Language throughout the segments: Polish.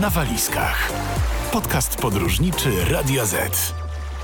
na walizkach. Podcast podróżniczy Radia Z.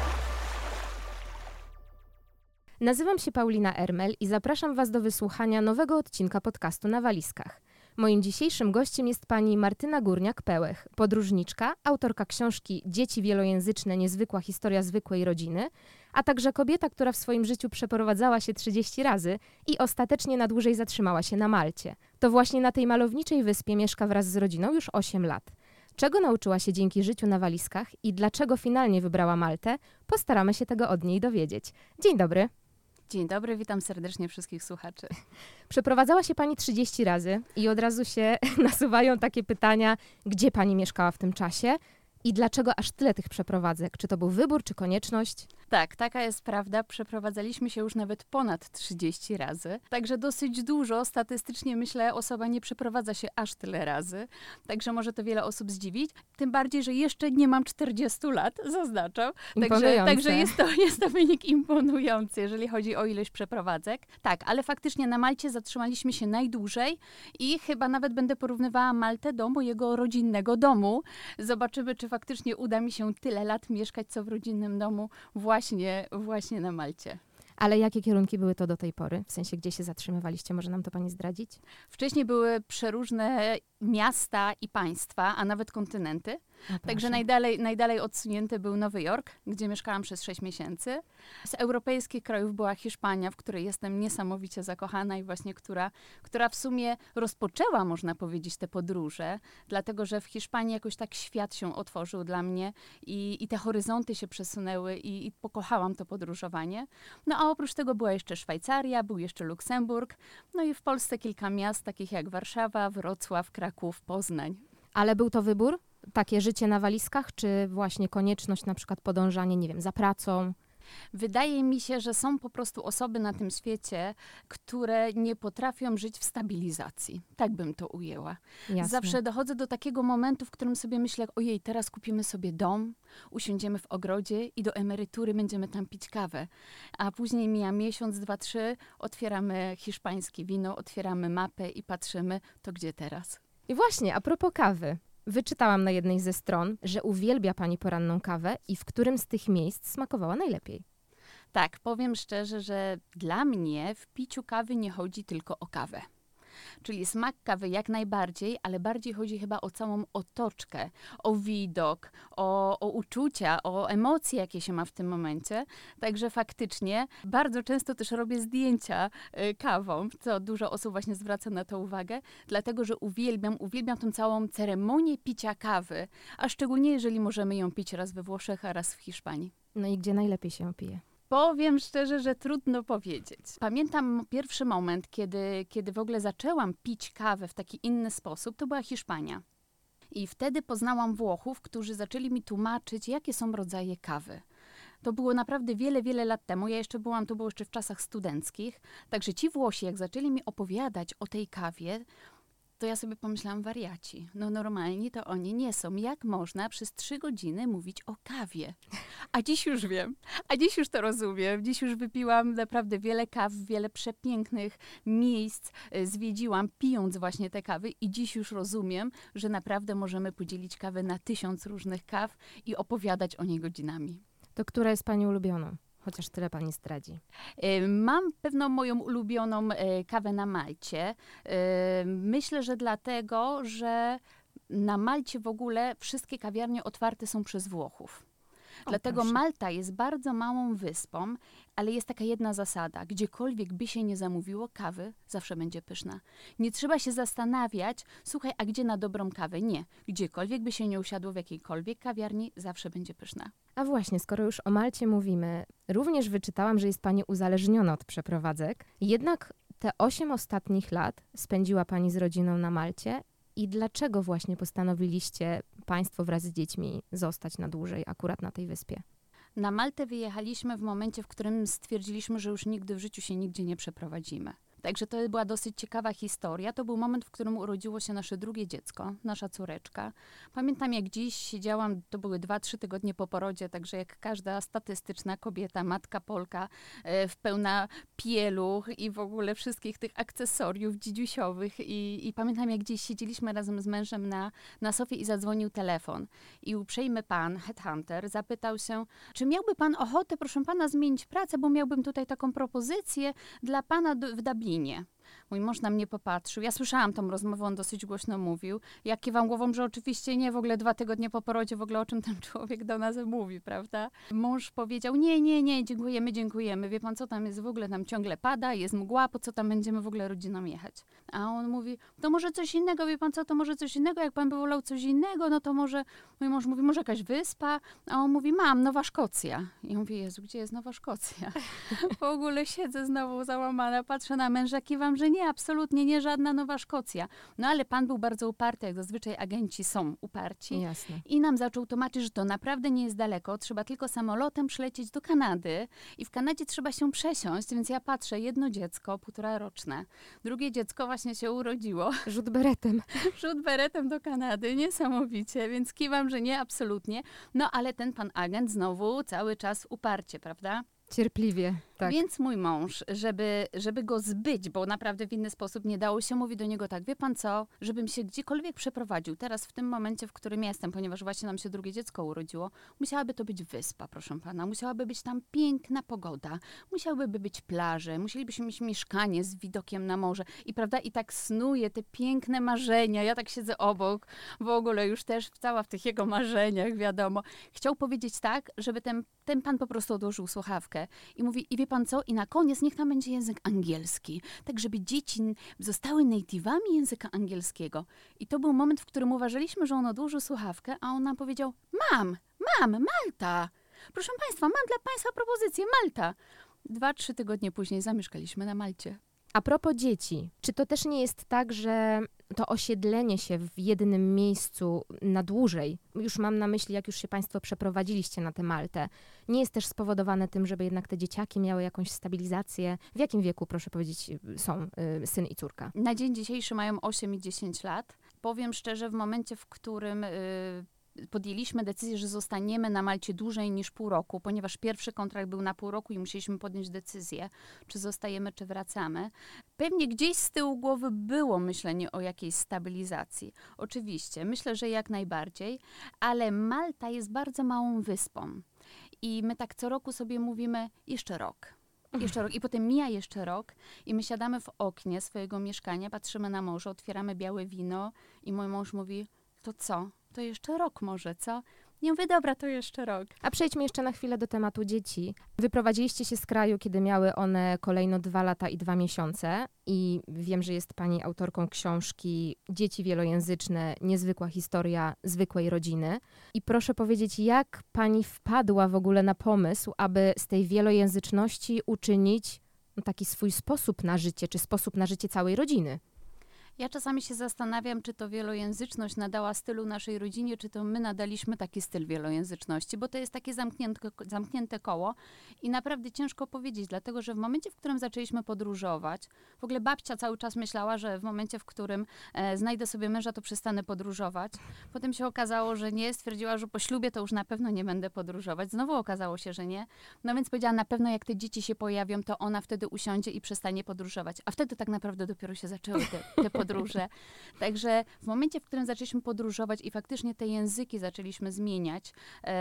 Nazywam się Paulina Ermel i zapraszam Was do wysłuchania nowego odcinka podcastu Na walizkach. Moim dzisiejszym gościem jest pani Martyna Górniak-Pełech, podróżniczka, autorka książki Dzieci wielojęzyczne – niezwykła historia zwykłej rodziny, a także kobieta, która w swoim życiu przeprowadzała się 30 razy i ostatecznie na dłużej zatrzymała się na Malcie. To właśnie na tej malowniczej wyspie mieszka wraz z rodziną już 8 lat. Czego nauczyła się dzięki życiu na walizkach i dlaczego finalnie wybrała Maltę, postaramy się tego od niej dowiedzieć. Dzień dobry. Dzień dobry, witam serdecznie wszystkich słuchaczy. Przeprowadzała się pani 30 razy i od razu się nasuwają takie pytania, gdzie pani mieszkała w tym czasie i dlaczego aż tyle tych przeprowadzek? Czy to był wybór, czy konieczność? Tak, taka jest prawda. Przeprowadzaliśmy się już nawet ponad 30 razy. Także dosyć dużo. Statystycznie myślę, osoba nie przeprowadza się aż tyle razy. Także może to wiele osób zdziwić. Tym bardziej, że jeszcze nie mam 40 lat, zaznaczam. Także jest to wynik imponujący, jeżeli chodzi o ilość przeprowadzek. Tak, ale faktycznie na Malcie zatrzymaliśmy się najdłużej i chyba nawet będę porównywała Maltę do mojego rodzinnego domu. Zobaczymy, czy faktycznie uda mi się tyle lat mieszkać, co w rodzinnym domu właśnie na Malcie. Ale jakie kierunki były to do tej pory? W sensie, gdzie się zatrzymywaliście? Może nam to pani zdradzić? Wcześniej były przeróżne miasta i państwa, a nawet kontynenty. Także najdalej odsunięty był Nowy Jork, gdzie mieszkałam przez 6 miesięcy. Z europejskich krajów była Hiszpania, w której jestem niesamowicie zakochana i właśnie która w sumie rozpoczęła, można powiedzieć, te podróże, dlatego że w Hiszpanii jakoś tak świat się otworzył dla mnie i te horyzonty się przesunęły i pokochałam to podróżowanie. No a oprócz tego była jeszcze Szwajcaria, był jeszcze Luksemburg, no i w Polsce kilka miast, takich jak Warszawa, Wrocław, Kraków, Poznań. Ale był to wybór? Takie życie na walizkach, czy właśnie konieczność na przykład podążanie, nie wiem, za pracą? Wydaje mi się, że są po prostu osoby na tym świecie, które nie potrafią żyć w stabilizacji. Tak bym to ujęła. Jasne. Zawsze dochodzę do takiego momentu, w którym sobie myślę, ojej, teraz kupimy sobie dom, usiądziemy w ogrodzie i do emerytury będziemy tam pić kawę. A później mija miesiąc, 2, 3, otwieramy hiszpańskie wino, otwieramy mapę i patrzymy, to gdzie teraz? I właśnie, a propos kawy. Wyczytałam na jednej ze stron, że uwielbia pani poranną kawę i w którym z tych miejsc smakowała najlepiej. Tak, powiem szczerze, że dla mnie w piciu kawy nie chodzi tylko o kawę. Czyli smak kawy jak najbardziej, ale bardziej chodzi chyba o całą otoczkę, o widok, o uczucia, o emocje, jakie się ma w tym momencie. Także faktycznie bardzo często też robię zdjęcia kawą, co dużo osób właśnie zwraca na to uwagę, dlatego że uwielbiam tą całą ceremonię picia kawy, a szczególnie jeżeli możemy ją pić raz we Włoszech, a raz w Hiszpanii. No i gdzie najlepiej się pije? Powiem szczerze, że trudno powiedzieć. Pamiętam pierwszy moment, kiedy w ogóle zaczęłam pić kawę w taki inny sposób, to była Hiszpania. I wtedy poznałam Włochów, którzy zaczęli mi tłumaczyć, jakie są rodzaje kawy. To było naprawdę wiele lat temu. To było jeszcze w czasach studenckich. Także ci Włosi, jak zaczęli mi opowiadać o tej kawie, to ja sobie pomyślałam, wariaci. No normalni to oni nie są. Jak można przez 3 godziny mówić o kawie? A dziś już wiem. A dziś już to rozumiem. Dziś już wypiłam naprawdę wiele kaw, wiele przepięknych miejsc zwiedziłam, pijąc właśnie te kawy i dziś już rozumiem, że naprawdę możemy podzielić kawę na 1000 różnych kaw i opowiadać o niej godzinami. To która jest pani ulubioną? Chociaż tyle pani zdradzi. Mam pewną moją ulubioną kawę na Malcie. Myślę, że dlatego, że na Malcie w ogóle wszystkie kawiarnie otwarte są przez Włochów. Dlatego proszę. Malta jest bardzo małą wyspą, ale jest taka jedna zasada. Gdziekolwiek by się nie zamówiło kawy, zawsze będzie pyszna. Nie trzeba się zastanawiać, słuchaj, a gdzie na dobrą kawę? Nie. Gdziekolwiek by się nie usiadło w jakiejkolwiek kawiarni, zawsze będzie pyszna. A właśnie, skoro już o Malcie mówimy, również wyczytałam, że jest pani uzależniona od przeprowadzek. Jednak te 8 ostatnich lat spędziła pani z rodziną na Malcie. I dlaczego właśnie postanowiliście państwo wraz z dziećmi zostać na dłużej akurat na tej wyspie? Na Maltę wyjechaliśmy w momencie, w którym stwierdziliśmy, że już nigdy w życiu się nigdzie nie przeprowadzimy. Także to była dosyć ciekawa historia. To był moment, w którym urodziło się nasze drugie dziecko, nasza córeczka. Pamiętam jak dziś siedziałam, to były 2-3 tygodnie po porodzie, także jak każda statystyczna kobieta, matka Polka, w pełna pieluch i w ogóle wszystkich tych akcesoriów dzidziusiowych. I pamiętam jak dziś siedzieliśmy razem z mężem na sofie i zadzwonił telefon. I uprzejmy pan, headhunter, zapytał się, czy miałby pan ochotę, proszę pana, zmienić pracę, bo miałbym tutaj taką propozycję dla pana w Dublinie. Mój mąż na mnie popatrzył. Ja słyszałam tą rozmowę, on dosyć głośno mówił. Ja kiwam głową, że oczywiście nie, w ogóle 2 tygodnie po porodzie, w ogóle o czym ten człowiek do nas mówi, prawda? Mąż powiedział, nie, dziękujemy. Wie pan co, tam jest w ogóle, tam ciągle pada, jest mgła, po co tam będziemy w ogóle rodziną jechać? A on mówi, to może coś innego, wie pan co, to może coś innego, jak pan by wolał coś innego, no to może, mój mąż mówi, może jakaś wyspa? A on mówi, mam, Nowa Szkocja. I ja mówię, Jezu, gdzie jest Nowa Szkocja? W ogóle siedzę znowu załamana, patrzę na męża, kiwam, że nie, absolutnie nie, żadna Nowa Szkocja. No ale pan był bardzo uparty, jak zazwyczaj agenci są uparci. Jasne. I nam zaczął tłumaczyć, że to naprawdę nie jest daleko, trzeba tylko samolotem przylecieć do Kanady i w Kanadzie trzeba się przesiąść, więc ja patrzę, jedno dziecko, 1,5-roczne, drugie dziecko właśnie się urodziło. Rzut beretem. Rzut beretem do Kanady, niesamowicie, więc kiwam, że nie, absolutnie. No ale ten pan agent znowu cały czas uparcie, prawda? Cierpliwie, tak. Więc mój mąż, żeby go zbyć, bo naprawdę w inny sposób nie dało się, mówi do niego tak, wie pan co, żebym się gdziekolwiek przeprowadził, teraz w tym momencie, w którym jestem, ponieważ właśnie nam się drugie dziecko urodziło, musiałaby to być wyspa, proszę pana, musiałaby być tam piękna pogoda, musiałyby być plaże, musielibyśmy mieć mieszkanie z widokiem na morze i prawda, i tak snuje te piękne marzenia, ja tak siedzę obok, w ogóle już też cała w tych jego marzeniach, wiadomo. Chciał powiedzieć tak, żeby ten pan po prostu odłożył słuchawkę i mówi, i wie pan co, i na koniec niech tam będzie język angielski, tak żeby dzieci zostały native'ami języka angielskiego. I to był moment, w którym uważaliśmy, że on odłożył słuchawkę, a on nam powiedział, mam, Malta. Proszę państwa, mam dla państwa propozycję, Malta. 2-3 tygodnie później zamieszkaliśmy na Malcie. A propos dzieci, czy to też nie jest tak, że to osiedlenie się w jednym miejscu na dłużej, już mam na myśli, jak już się państwo przeprowadziliście na tę Maltę, nie jest też spowodowane tym, żeby jednak te dzieciaki miały jakąś stabilizację? W jakim wieku, proszę powiedzieć, są syn i córka? Na dzień dzisiejszy mają 8 i 10 lat. Powiem szczerze, w momencie, w którym podjęliśmy decyzję, że zostaniemy na Malcie dłużej niż pół roku, ponieważ pierwszy kontrakt był na pół roku i musieliśmy podjąć decyzję, czy zostajemy, czy wracamy. Pewnie gdzieś z tyłu głowy było myślenie o jakiejś stabilizacji. Oczywiście, myślę, że jak najbardziej, ale Malta jest bardzo małą wyspą. I my tak co roku sobie mówimy, jeszcze rok. I potem mija jeszcze rok i my siadamy w oknie swojego mieszkania, patrzymy na morze, otwieramy białe wino i mój mąż mówi, to co? To jeszcze rok może, co? Ja mówię, dobra, to jeszcze rok. A przejdźmy jeszcze na chwilę do tematu dzieci. Wyprowadziliście się z kraju, kiedy miały one kolejno 2 lata i 2 miesiące i wiem, że jest pani autorką książki Dzieci wielojęzyczne, niezwykła historia zwykłej rodziny. I proszę powiedzieć, jak pani wpadła w ogóle na pomysł, aby z tej wielojęzyczności uczynić taki swój sposób na życie, czy sposób na życie całej rodziny? Ja czasami się zastanawiam, czy to wielojęzyczność nadała stylu naszej rodzinie, czy to my nadaliśmy taki styl wielojęzyczności, bo to jest takie zamknięte koło i naprawdę ciężko powiedzieć, dlatego że w momencie, w którym zaczęliśmy podróżować, w ogóle babcia cały czas myślała, że w momencie, w którym znajdę sobie męża, to przestanę podróżować. Potem się okazało, że nie, stwierdziła, że po ślubie to już na pewno nie będę podróżować. Znowu okazało się, że nie. No więc powiedziała, na pewno jak te dzieci się pojawią, to ona wtedy usiądzie i przestanie podróżować. A wtedy tak naprawdę dopiero się zaczęły te podróże. Także w momencie, w którym zaczęliśmy podróżować i faktycznie te języki zaczęliśmy zmieniać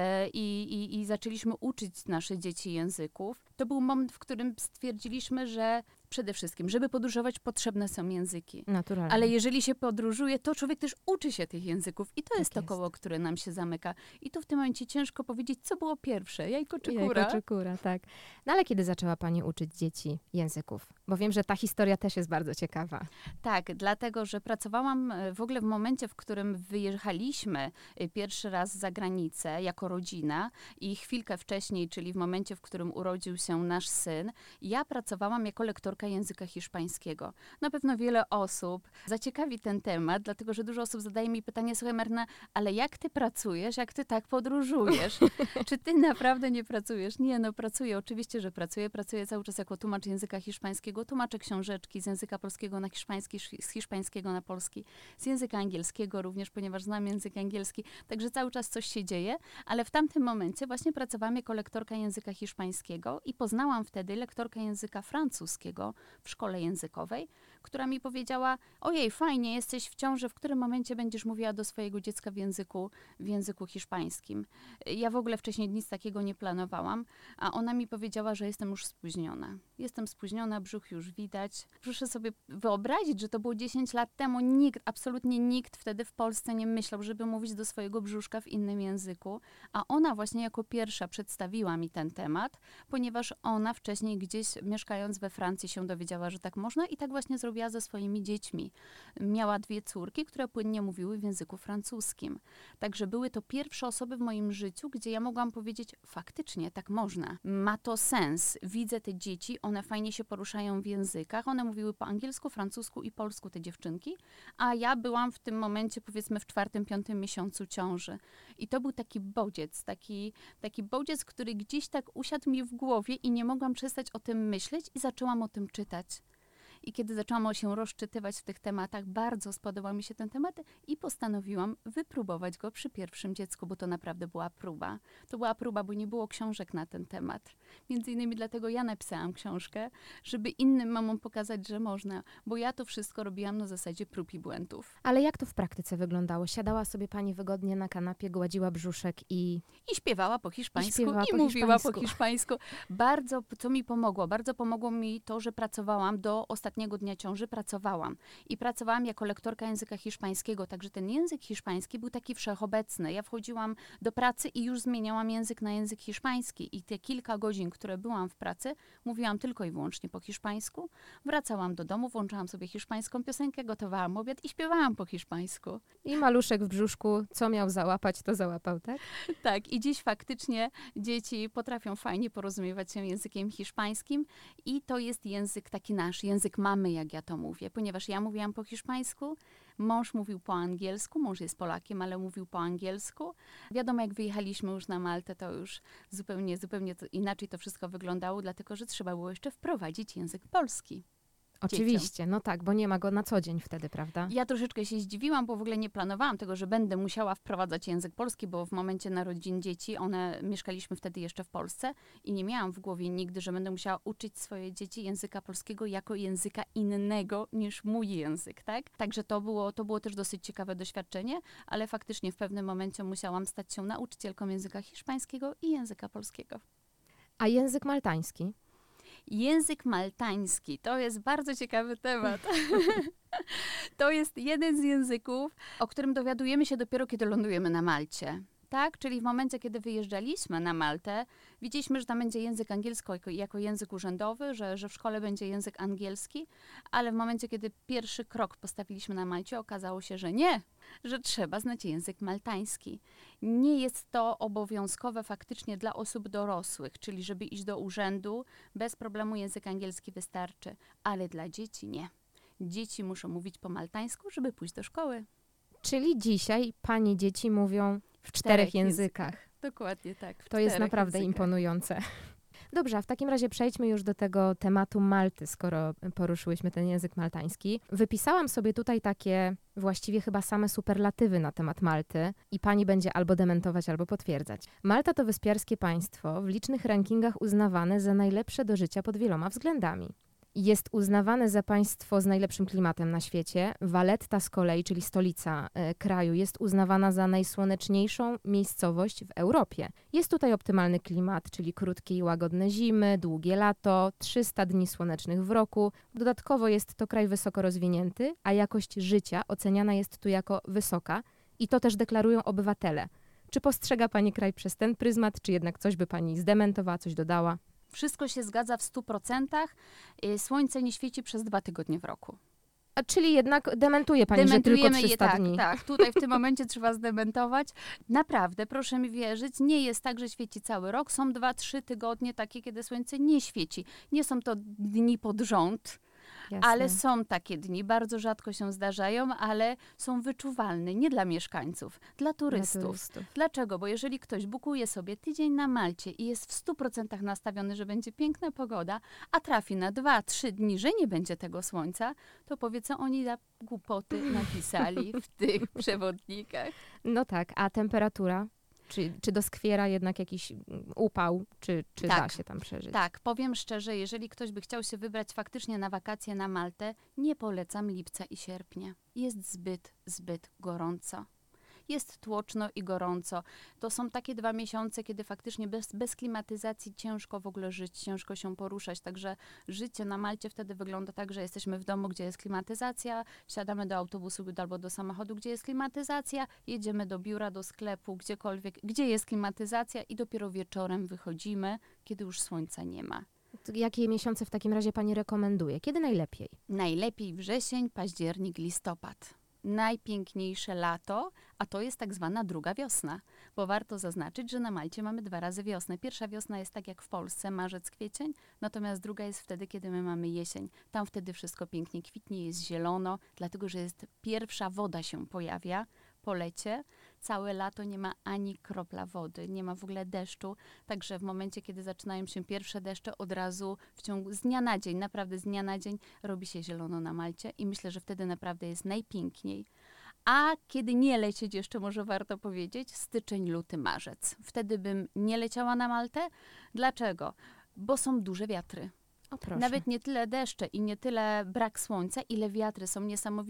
i zaczęliśmy uczyć nasze dzieci języków, to był moment, w którym stwierdziliśmy, że przede wszystkim, żeby podróżować, potrzebne są języki. Naturalnie. Ale jeżeli się podróżuje, to człowiek też uczy się tych języków i to Tak jest to jest. koło, które nam się zamyka. I tu w tym momencie ciężko powiedzieć, co było pierwsze, jajko czy kura? Jajko czy kura, tak. No ale kiedy zaczęła pani uczyć dzieci języków? Bo wiem, że ta historia też jest bardzo ciekawa. Tak, dlatego, że pracowałam w ogóle w momencie, w którym wyjechaliśmy pierwszy raz za granicę jako rodzina i chwilkę wcześniej, czyli w momencie, w którym urodził się nasz syn, ja pracowałam jako lektorka lektorka języka hiszpańskiego. Na pewno wiele osób zaciekawi ten temat, dlatego że dużo osób zadaje mi pytanie: słuchaj Martyna, ale jak ty pracujesz, jak ty tak podróżujesz? Czy ty naprawdę nie pracujesz? Nie, no pracuję, oczywiście, że pracuję. Pracuję cały czas jako tłumacz języka hiszpańskiego, tłumaczę książeczki z języka polskiego na hiszpański, z hiszpańskiego na polski, z języka angielskiego również, ponieważ znam język angielski, także cały czas coś się dzieje, ale w tamtym momencie właśnie pracowałam jako lektorka języka hiszpańskiego i poznałam wtedy lektorkę języka francuskiego w szkole językowej, która mi powiedziała: ojej, fajnie, jesteś w ciąży, w którym momencie będziesz mówiła do swojego dziecka w języku hiszpańskim. Ja w ogóle wcześniej nic takiego nie planowałam, a ona mi powiedziała, że jestem już spóźniona. Jestem spóźniona, brzuch już widać. Proszę sobie wyobrazić, że to było 10 lat temu. Absolutnie nikt wtedy w Polsce nie myślał, żeby mówić do swojego brzuszka w innym języku, a ona właśnie jako pierwsza przedstawiła mi ten temat, ponieważ ona wcześniej gdzieś mieszkając we Francji się dowiedziała, że tak można i tak właśnie zrobiła ze swoimi dziećmi. Miała 2 córki, które płynnie mówiły w języku francuskim. Także były to pierwsze osoby w moim życiu, gdzie ja mogłam powiedzieć: faktycznie tak można. Ma to sens. Widzę te dzieci, one fajnie się poruszają w językach. One mówiły po angielsku, francusku i polsku, te dziewczynki, a ja byłam w tym momencie powiedzmy w 4-5 miesiącu ciąży. I to był taki bodziec, taki bodziec, który gdzieś tak usiadł mi w głowie i nie mogłam przestać o tym myśleć i zaczęłam o tym czytać. I kiedy zaczęłam się rozczytywać w tych tematach, bardzo spodobał mi się ten temat i postanowiłam wypróbować go przy pierwszym dziecku, bo to naprawdę była próba. To była próba, bo nie było książek na ten temat. Między innymi dlatego ja napisałam książkę, żeby innym mamom pokazać, że można, bo ja to wszystko robiłam na zasadzie prób i błędów. Ale jak to w praktyce wyglądało? Siadała sobie pani wygodnie na kanapie, gładziła brzuszek i śpiewała po hiszpańsku I mówiła po hiszpańsku. Bardzo, co mi pomogło? Bardzo pomogło mi to, że pracowałam do ostatniego dnia ciąży, pracowałam jako lektorka języka hiszpańskiego, także ten język hiszpański był taki wszechobecny. Ja wchodziłam do pracy i już zmieniałam język na język hiszpański i te kilka godzin, które byłam w pracy, mówiłam tylko i wyłącznie po hiszpańsku. Wracałam do domu, włączałam sobie hiszpańską piosenkę, gotowałam obiad i śpiewałam po hiszpańsku. I maluszek w brzuszku, co miał załapać, to załapał, tak? Tak, i dziś faktycznie dzieci potrafią fajnie porozumiewać się językiem hiszpańskim i to jest język taki nasz, język mamy, jak ja to mówię, ponieważ ja mówiłam po hiszpańsku, mąż mówił po angielsku, mąż jest Polakiem, ale mówił po angielsku. Wiadomo, jak wyjechaliśmy już na Maltę, to już zupełnie inaczej to wszystko wyglądało, dlatego że trzeba było jeszcze wprowadzić język polski. Oczywiście, no tak, bo nie ma go na co dzień wtedy, prawda? Ja troszeczkę się zdziwiłam, bo w ogóle nie planowałam tego, że będę musiała wprowadzać język polski, bo w momencie narodzin dzieci, mieszkaliśmy wtedy jeszcze w Polsce i nie miałam w głowie nigdy, że będę musiała uczyć swoje dzieci języka polskiego jako języka innego niż mój język, tak? Także to było też dosyć ciekawe doświadczenie, ale faktycznie w pewnym momencie musiałam stać się nauczycielką języka hiszpańskiego i języka polskiego. A język maltański? Język maltański to jest bardzo ciekawy temat. To jest jeden z języków, o którym dowiadujemy się dopiero, kiedy lądujemy na Malcie. Tak, czyli w momencie, kiedy wyjeżdżaliśmy na Maltę, widzieliśmy, że tam będzie język angielski jako język urzędowy, że w szkole będzie język angielski, ale w momencie, kiedy pierwszy krok postawiliśmy na Malcie, okazało się, że nie, że trzeba znać język maltański. Nie jest to obowiązkowe faktycznie dla osób dorosłych, czyli żeby iść do urzędu, bez problemu język angielski wystarczy, ale dla dzieci nie. Dzieci muszą mówić po maltańsku, żeby pójść do szkoły. Czyli dzisiaj pani dzieci mówią w 4 językach. Dokładnie tak. To jest naprawdę imponujące. Dobrze, a w takim razie przejdźmy już do tego tematu Malty, skoro poruszyłyśmy ten język maltański. Wypisałam sobie tutaj takie właściwie chyba same superlatywy na temat Malty i pani będzie albo dementować, albo potwierdzać. Malta to wyspiarskie państwo, w licznych rankingach uznawane za najlepsze do życia pod wieloma względami. Jest uznawane za państwo z najlepszym klimatem na świecie. Valletta z kolei, czyli stolica kraju, jest uznawana za najsłoneczniejszą miejscowość w Europie. Jest tutaj optymalny klimat, czyli krótkie i łagodne zimy, długie lato, 300 dni słonecznych w roku. Dodatkowo jest to kraj wysoko rozwinięty, a jakość życia oceniana jest tu jako wysoka i to też deklarują obywatele. Czy postrzega pani kraj przez ten pryzmat, czy jednak coś by pani zdementowała, coś dodała? Wszystko się zgadza w 100%. Słońce nie świeci przez 2 tygodnie w roku. Czyli jednak dementuje pani, że tylko 300 dni. Tak. Tutaj w tym momencie trzeba zdementować. Naprawdę, proszę mi wierzyć, nie jest tak, że świeci cały rok. Są 2-3 tygodnie takie, kiedy słońce nie świeci. Nie są to dni pod rząd. Jasne. Ale są takie dni, bardzo rzadko się zdarzają, ale są wyczuwalne nie dla mieszkańców, dla turystów. Dlaczego? Bo jeżeli ktoś bukuje sobie tydzień na Malcie i jest w 100% nastawiony, że będzie piękna pogoda, a trafi na 2-3 dni, że nie będzie tego słońca, to powie, co oni za głupoty napisali w tych przewodnikach. No tak, a temperatura? Czy doskwiera jednak jakiś upał, czy da się tam przeżyć? Tak, powiem szczerze, jeżeli ktoś by chciał się wybrać faktycznie na wakacje na Maltę, nie polecam lipca i sierpnia. Jest zbyt gorąco. Jest tłoczno i gorąco. To są takie 2 miesiące, kiedy faktycznie bez klimatyzacji ciężko w ogóle żyć, ciężko się poruszać. Także życie na Malcie wtedy wygląda tak, że jesteśmy w domu, gdzie jest klimatyzacja, siadamy do autobusu albo do samochodu, gdzie jest klimatyzacja, jedziemy do biura, do sklepu, gdziekolwiek, gdzie jest klimatyzacja i dopiero wieczorem wychodzimy, kiedy już słońca nie ma. Jakie miesiące w takim razie pani rekomenduje? Kiedy najlepiej? Najlepiej wrzesień, październik, listopad. Najpiękniejsze lato, a to jest tak zwana druga wiosna, bo warto zaznaczyć, że na Malcie mamy 2 razy wiosnę. Pierwsza wiosna jest tak jak w Polsce, marzec, kwiecień, natomiast druga jest wtedy, kiedy my mamy jesień. Tam wtedy wszystko pięknie kwitnie, jest zielono, dlatego że pierwsza woda się pojawia po lecie. Całe lato nie ma ani kropla wody, nie ma w ogóle deszczu, także w momencie, kiedy zaczynają się pierwsze deszcze, od razu z dnia na dzień, naprawdę z dnia na dzień robi się zielono na Malcie i myślę, że wtedy naprawdę jest najpiękniej. A kiedy nie lecieć, jeszcze może warto powiedzieć, styczeń, luty, marzec. Wtedy bym nie leciała na Maltę. Dlaczego? Bo są duże wiatry. O, proszę. Nawet nie tyle deszcze i nie tyle brak słońca, ile wiatry. Są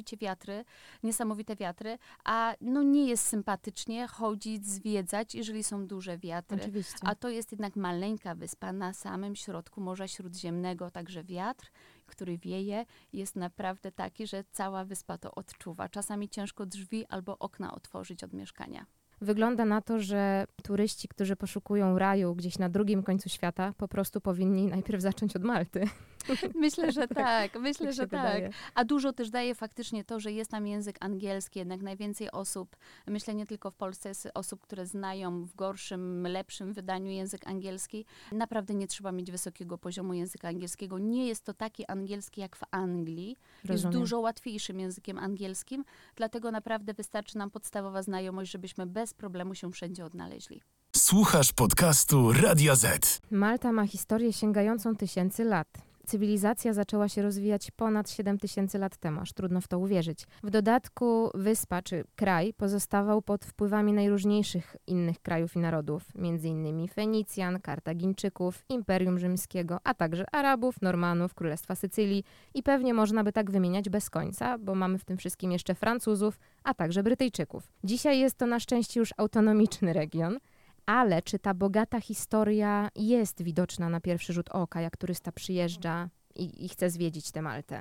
niesamowite wiatry, a no nie jest sympatycznie chodzić, zwiedzać, jeżeli są duże wiatry. Oczywiście. A to jest jednak maleńka wyspa na samym środku Morza Śródziemnego, także wiatr, który wieje, jest naprawdę taki, że cała wyspa to odczuwa. Czasami ciężko drzwi albo okna otworzyć od mieszkania. Wygląda na to, że turyści, którzy poszukują raju gdzieś na drugim końcu świata, po prostu powinni najpierw zacząć od Malty. Myślę, że tak. Myślę, Tak że się tak. wydaje. A dużo też daje faktycznie to, że jest tam język angielski, jednak najwięcej osób, myślę nie tylko w Polsce, jest osób, które znają w gorszym, lepszym wydaniu język angielski. Naprawdę nie trzeba mieć wysokiego poziomu języka angielskiego. Nie jest to taki angielski jak w Anglii. Jest Rozumiem. dużo łatwiejszym językiem angielskim, dlatego naprawdę wystarczy nam podstawowa znajomość, żebyśmy bez problemu się wszędzie odnaleźli. Słuchasz podcastu Radia Z. Malta ma historię sięgającą tysięcy lat. Cywilizacja zaczęła się rozwijać ponad 7000 lat temu, aż trudno w to uwierzyć. W dodatku wyspa czy kraj pozostawał pod wpływami najróżniejszych innych krajów i narodów, m.in. Fenicjan, Kartagińczyków, Imperium Rzymskiego, a także Arabów, Normanów, Królestwa Sycylii i pewnie można by tak wymieniać bez końca, bo mamy w tym wszystkim jeszcze Francuzów, a także Brytyjczyków. Dzisiaj jest to na szczęście już autonomiczny region. Ale czy ta bogata historia jest widoczna na pierwszy rzut oka, jak turysta przyjeżdża i chce zwiedzić tę Maltę?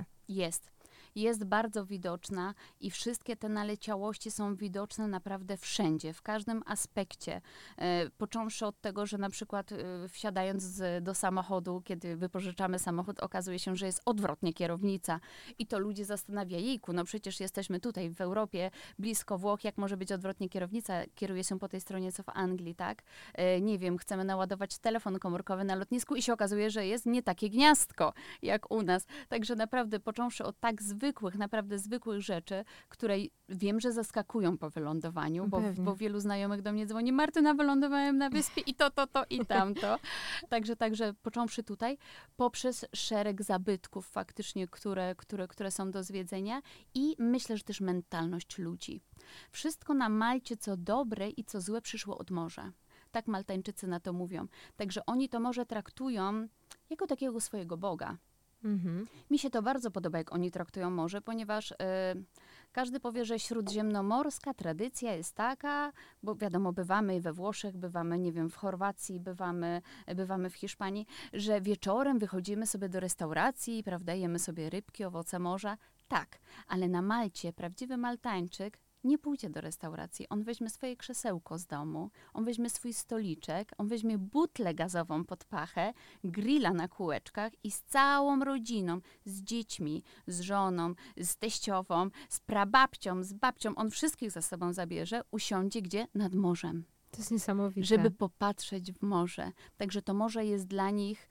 Jest bardzo widoczna i wszystkie te naleciałości są widoczne naprawdę wszędzie, w każdym aspekcie. Począwszy od tego, że na przykład wsiadając do samochodu, kiedy wypożyczamy samochód, okazuje się, że jest odwrotnie kierownica i to ludzie zastanawia, jejku, no przecież jesteśmy tutaj w Europie, blisko Włoch, jak może być odwrotnie kierownica? Kieruje się po tej stronie, co w Anglii, tak? Nie wiem, chcemy naładować telefon komórkowy na lotnisku i się okazuje, że jest nie takie gniazdko, jak u nas. Także naprawdę począwszy od tak naprawdę zwykłych rzeczy, które wiem, że zaskakują po wylądowaniu, bo wielu znajomych do mnie dzwoni, Martyna, wylądowałem na wyspie i to i tamto. Także począwszy tutaj, poprzez szereg zabytków faktycznie, które są do zwiedzenia i myślę, że też mentalność ludzi. Wszystko na Malcie, co dobre i co złe, przyszło od morza. Tak Maltańczycy na to mówią. Także oni to morze traktują jako takiego swojego Boga. Mhm. Mi się to bardzo podoba, jak oni traktują morze, ponieważ każdy powie, że śródziemnomorska tradycja jest taka, bo wiadomo, bywamy we Włoszech, bywamy, nie wiem, w Chorwacji, bywamy w Hiszpanii, że wieczorem wychodzimy sobie do restauracji, prawda, jemy sobie rybki, owoce morza. Tak, ale na Malcie prawdziwy Maltańczyk nie pójdzie do restauracji. On weźmie swoje krzesełko z domu, on weźmie swój stoliczek, on weźmie butlę gazową pod pachę, grilla na kółeczkach i z całą rodziną, z dziećmi, z żoną, z teściową, z prababcią, z babcią, on wszystkich ze sobą zabierze, usiądzie gdzie? Nad morzem. To jest niesamowite. Żeby popatrzeć w morze. Także to morze jest dla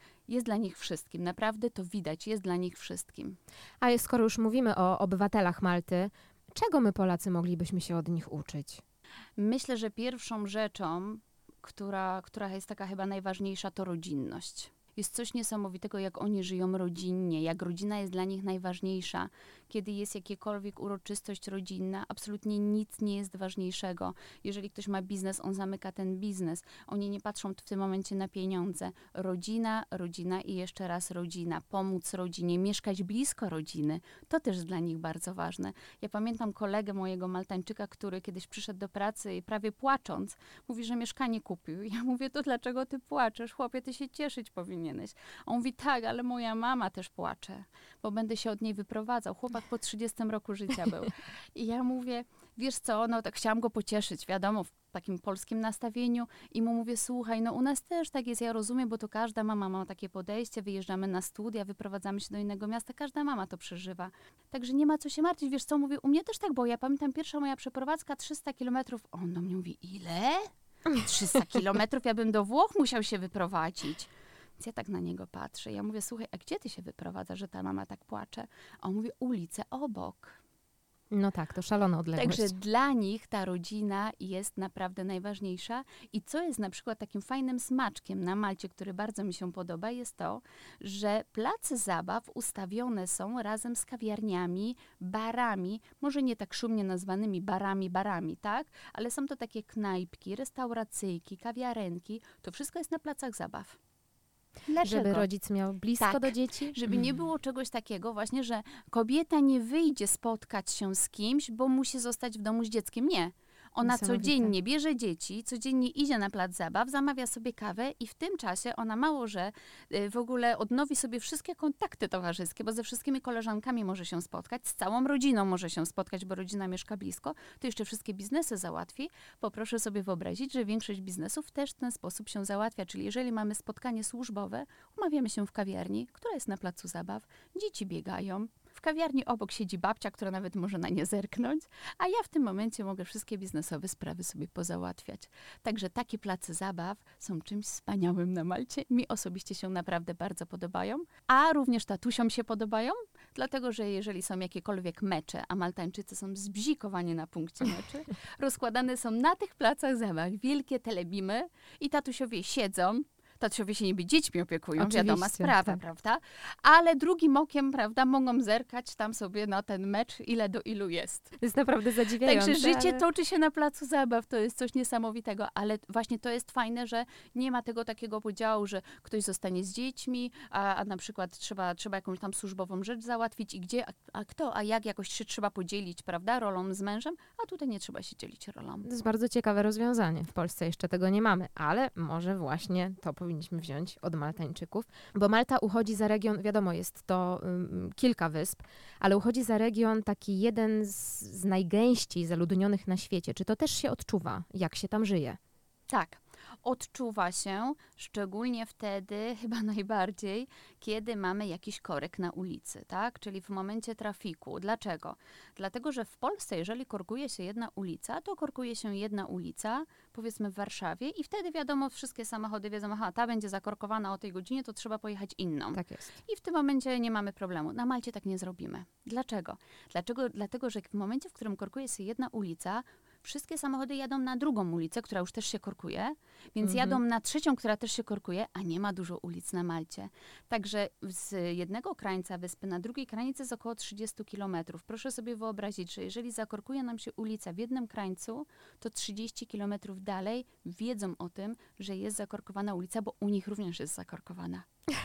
nich wszystkim. Naprawdę to widać, jest dla nich wszystkim. A skoro już mówimy o obywatelach Malty, czego my Polacy moglibyśmy się od nich uczyć? Myślę, że pierwszą rzeczą, która jest taka chyba najważniejsza, to rodzinność. Jest coś niesamowitego, jak oni żyją rodzinnie, jak rodzina jest dla nich najważniejsza. Kiedy jest jakakolwiek uroczystość rodzinna, absolutnie nic nie jest ważniejszego. Jeżeli ktoś ma biznes, on zamyka ten biznes. Oni nie patrzą w tym momencie na pieniądze. Rodzina, rodzina i jeszcze raz rodzina. Pomóc rodzinie, mieszkać blisko rodziny. To też jest dla nich bardzo ważne. Ja pamiętam kolegę mojego Maltańczyka, który kiedyś przyszedł do pracy i prawie płacząc, mówi, że mieszkanie kupił. Ja mówię, to dlaczego ty płaczesz? Chłopie, ty się cieszyć powinieneś. A on mówi, tak, ale moja mama też płacze, bo będę się od niej wyprowadzał. Chłopak po 30 roku życia był. I ja mówię, wiesz co, no tak chciałam go pocieszyć, wiadomo, w takim polskim nastawieniu i mu mówię, słuchaj, no u nas też tak jest, ja rozumiem, bo to każda mama ma takie podejście, wyjeżdżamy na studia, wyprowadzamy się do innego miasta, każda mama to przeżywa. Także nie ma co się martwić, wiesz co, mówię, u mnie też tak było, ja pamiętam pierwsza moja przeprowadzka, 300 kilometrów, on do mnie mówi, ile? 300 kilometrów, ja bym do Włoch musiał się wyprowadzić. Więc ja tak na niego patrzę. Ja mówię, słuchaj, a gdzie ty się wyprowadzasz, że ta mama tak płacze? A on mówi, ulicę obok. No tak, to szalona odległość. Także dla nich ta rodzina jest naprawdę najważniejsza. I co jest na przykład takim fajnym smaczkiem na Malcie, który bardzo mi się podoba, jest to, że place zabaw ustawione są razem z kawiarniami, barami, może nie tak szumnie nazwanymi barami, tak? Ale są to takie knajpki, restauracyjki, kawiarenki. To wszystko jest na placach zabaw. Dlaczego? Żeby rodzic miał blisko Tak, do dzieci? Żeby nie było czegoś takiego właśnie, że kobieta nie wyjdzie spotkać się z kimś, bo musi zostać w domu z dzieckiem. Nie. Ona Niesamowite. codziennie bierze dzieci, codziennie idzie na plac zabaw, zamawia sobie kawę i w tym czasie ona mało, że w ogóle odnowi sobie wszystkie kontakty towarzyskie, bo ze wszystkimi koleżankami może się spotkać, z całą rodziną może się spotkać, bo rodzina mieszka blisko, to jeszcze wszystkie biznesy załatwi. Poproszę sobie wyobrazić, że większość biznesów też w ten sposób się załatwia, czyli jeżeli mamy spotkanie służbowe, umawiamy się w kawiarni, która jest na placu zabaw, dzieci biegają. W kawiarni obok siedzi babcia, która nawet może na nie zerknąć, a ja w tym momencie mogę wszystkie biznesowe sprawy sobie pozałatwiać. Także takie place zabaw są czymś wspaniałym na Malcie. Mi osobiście się naprawdę bardzo podobają, a również tatusiom się podobają, dlatego że jeżeli są jakiekolwiek mecze, a Maltańczycy są zbzikowani na punkcie meczy, rozkładane są na tych placach zabaw wielkie telebimy i tatusiowie siedzą. Tatusiowie się niby dziećmi opiekują, Oczywiście, wiadoma sprawa, tak. prawda? Ale drugim okiem, prawda, mogą zerkać tam sobie na ten mecz, ile do ilu jest. To jest naprawdę zadziwiające. Także życie ale... toczy się na placu zabaw, to jest coś niesamowitego, ale właśnie to jest fajne, że nie ma tego takiego podziału, że ktoś zostanie z dziećmi, a na przykład trzeba jakąś tam służbową rzecz załatwić i gdzie, a kto, a jak jakoś się trzeba podzielić, prawda, rolą z mężem, a tutaj nie trzeba się dzielić rolą. To jest bardzo ciekawe rozwiązanie. W Polsce jeszcze tego nie mamy, ale może właśnie to powinniśmy wziąć od Maltańczyków, bo Malta uchodzi za region, wiadomo, jest to kilka wysp, ale uchodzi za region taki jeden z najgęściej zaludnionych na świecie. Czy to też się odczuwa, jak się tam żyje? Tak, odczuwa się, szczególnie wtedy, chyba najbardziej, kiedy mamy jakiś korek na ulicy, tak? Czyli w momencie trafiku. Dlaczego? Dlatego, że w Polsce, jeżeli korkuje się jedna ulica, to korkuje się jedna ulica, powiedzmy w Warszawie i wtedy wiadomo, wszystkie samochody wiedzą, aha, ta będzie zakorkowana o tej godzinie, to trzeba pojechać inną. Tak jest. I w tym momencie nie mamy problemu. Na Malcie tak nie zrobimy. Dlaczego? Dlatego, że w momencie, w którym korkuje się jedna ulica, wszystkie samochody jadą na drugą ulicę, która już też się korkuje, więc jadą na trzecią, która też się korkuje, a nie ma dużo ulic na Malcie. Także z jednego krańca wyspy na drugiej krańce jest około 30 kilometrów. Proszę sobie wyobrazić, że jeżeli zakorkuje nam się ulica w jednym krańcu, to 30 kilometrów dalej wiedzą o tym, że jest zakorkowana ulica, bo u nich również jest zakorkowana.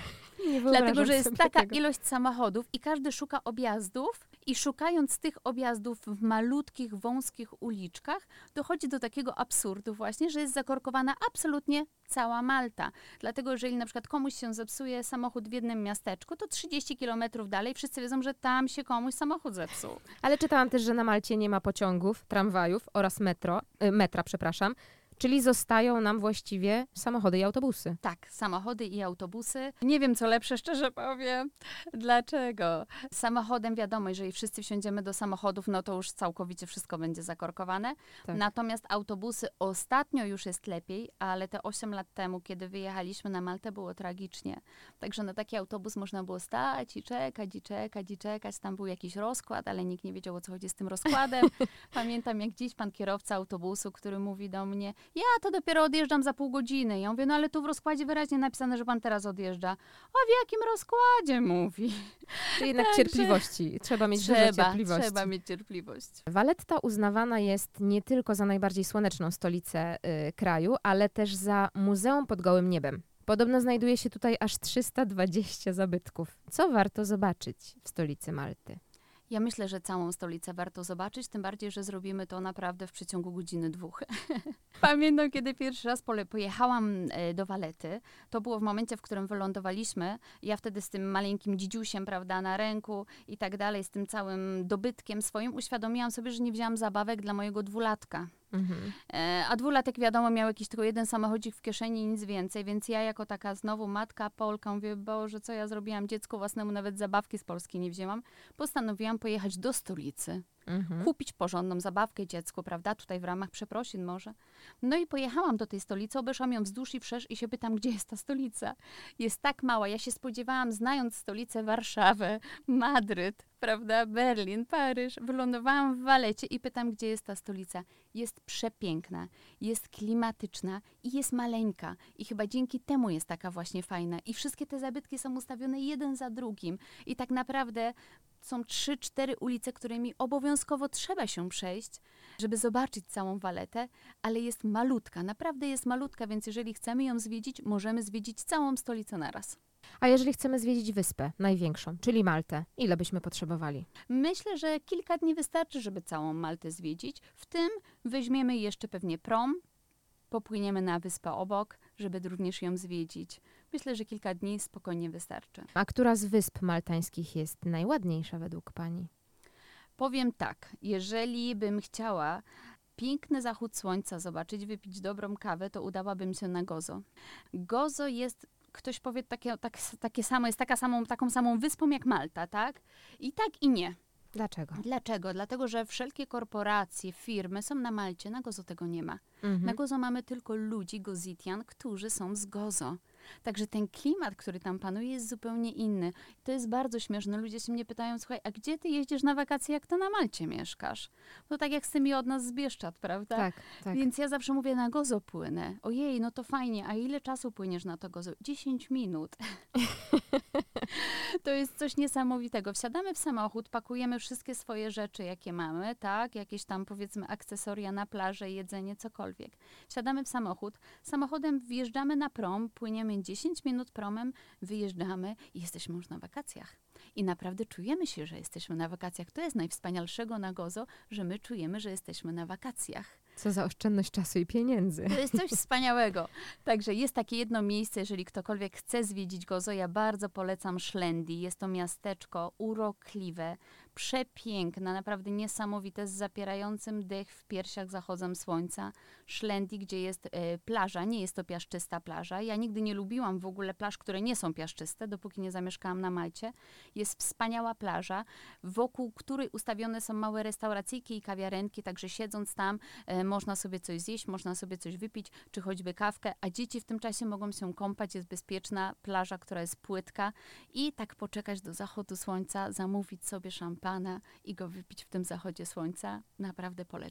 Nie wyobrażam Dlatego, że jest sobie taka tego. ilość samochodów i każdy szuka objazdów i szukając tych objazdów w malutkich, wąskich uliczkach, dochodzi do takiego absurdu właśnie, że jest zakorkowana absolutnie cała Malta. Dlatego, jeżeli na przykład komuś się zepsuje samochód w jednym miasteczku, to 30 kilometrów dalej wszyscy wiedzą, że tam się komuś samochód zepsuł. Ale czytałam też, że na Malcie nie ma pociągów, tramwajów oraz metra, przepraszam. Czyli zostają nam właściwie samochody i autobusy. Tak, samochody i autobusy. Nie wiem, co lepsze, szczerze powiem. Dlaczego? Samochodem wiadomo, jeżeli wszyscy wsiądziemy do samochodów, no to już całkowicie wszystko będzie zakorkowane. Tak. Natomiast autobusy ostatnio już jest lepiej, ale te 8 lat temu, kiedy wyjechaliśmy na Maltę, było tragicznie. Także na taki autobus można było stać i czekać, i czekać, i czekać. Tam był jakiś rozkład, ale nikt nie wiedział, o co chodzi z tym rozkładem. Pamiętam jak dziś pan kierowca autobusu, który mówi do mnie: ja to dopiero odjeżdżam za pół godziny. Ja mówię: no ale tu w rozkładzie wyraźnie napisane, że pan teraz odjeżdża. A w jakim rozkładzie? Mówi. Czyli jednak Także cierpliwości. Trzeba mieć dużo cierpliwości. Trzeba mieć cierpliwość. Valletta uznawana jest nie tylko za najbardziej słoneczną stolicę kraju, ale też za muzeum pod gołym niebem. Podobno znajduje się tutaj aż 320 zabytków. Co warto zobaczyć w stolicy Malty? Ja myślę, że całą stolicę warto zobaczyć, tym bardziej, że zrobimy to naprawdę w przeciągu godziny, 2. Pamiętam, kiedy pierwszy raz pojechałam do Valletty, to było w momencie, w którym wylądowaliśmy. Ja wtedy z tym maleńkim dzidziusiem, prawda, na ręku i tak dalej, z tym całym dobytkiem swoim, uświadomiłam sobie, że nie wzięłam zabawek dla mojego 2-latka. Mhm. A 2-latek, wiadomo, miał jakiś tylko jeden samochodzik w kieszeni i nic więcej, więc ja jako taka znowu matka Polka mówię: Boże, co ja zrobiłam dziecku własnemu, nawet zabawki z Polski nie wzięłam. Postanowiłam pojechać do stolicy, kupić porządną zabawkę dziecku, prawda, tutaj w ramach przeprosin może. No i pojechałam do tej stolicy, obeszłam ją wzdłuż i wszerz i się pytam, gdzie jest ta stolica. Jest tak mała, ja się spodziewałam, znając stolicę Warszawę, Madryt, prawda, Berlin, Paryż, wylądowałam w Valletcie i pytam, gdzie jest ta stolica. Jest przepiękna, jest klimatyczna i jest maleńka. I chyba dzięki temu jest taka właśnie fajna. I wszystkie te zabytki są ustawione jeden za drugim. I tak naprawdę są 3-4 ulice, którymi obowiązkowo trzeba się przejść, żeby zobaczyć całą Vallettę, ale jest malutka, naprawdę jest malutka, więc jeżeli chcemy ją zwiedzić, możemy zwiedzić całą stolicę naraz. A jeżeli chcemy zwiedzić wyspę największą, czyli Maltę, ile byśmy potrzebowali? Myślę, że kilka dni wystarczy, żeby całą Maltę zwiedzić. W tym weźmiemy jeszcze pewnie prom, popłyniemy na wyspę obok, żeby również ją zwiedzić. Myślę, że kilka dni spokojnie wystarczy. A która z wysp maltańskich jest najładniejsza według pani? Powiem tak, jeżeli bym chciała piękny zachód słońca zobaczyć, wypić dobrą kawę, to udałabym się na Gozo. Gozo jest, ktoś powie, takie samo, jest taką samą wyspą jak Malta, tak? I tak i nie. Dlaczego? Dlaczego? Dlatego, że wszelkie korporacje, firmy są na Malcie, na Gozo tego nie ma. Na Gozo mamy tylko ludzi, Gozitian, którzy są z Gozo. Także ten klimat, który tam panuje, jest zupełnie inny. To jest bardzo śmieszne. Ludzie się mnie pytają: słuchaj, a gdzie ty jeździsz na wakacje, jak to na Malcie mieszkasz? No tak jak z tymi od nas z Bieszczad, prawda? Tak, tak. Więc ja zawsze mówię: na Gozo płynę. Ojej, no to fajnie. A ile czasu płyniesz na to Gozo? 10 minut. To jest coś niesamowitego. Wsiadamy w samochód, pakujemy wszystkie swoje rzeczy, jakie mamy, tak? Jakieś tam, powiedzmy, akcesoria na plażę, jedzenie, cokolwiek. Wsiadamy w samochód, samochodem wjeżdżamy na prom, płyniemy 10 minut promem, wyjeżdżamy i jesteśmy już na wakacjach. I naprawdę czujemy się, że jesteśmy na wakacjach. To jest najwspanialszego na Gozo, że my czujemy, że jesteśmy na wakacjach. Co za oszczędność czasu i pieniędzy. To jest coś wspaniałego. Także jest takie jedno miejsce, jeżeli ktokolwiek chce zwiedzić Gozo, ja bardzo polecam Szlendi. Jest to miasteczko urokliwe, przepiękne, naprawdę niesamowite, z zapierającym dech w piersiach zachodem słońca. Szlendi, gdzie jest plaża, nie jest to piaszczysta plaża. Ja nigdy nie lubiłam w ogóle plaż, które nie są piaszczyste, dopóki nie zamieszkałam na Malcie. Jest wspaniała plaża, wokół której ustawione są małe restauracyjki i kawiarenki, także siedząc tam można sobie coś zjeść, można sobie coś wypić, czy choćby kawkę, a dzieci w tym czasie mogą się kąpać, jest bezpieczna plaża, która jest płytka i tak poczekać do zachodu słońca, zamówić sobie szampana i go wypić w tym zachodzie słońca. Naprawdę polecam.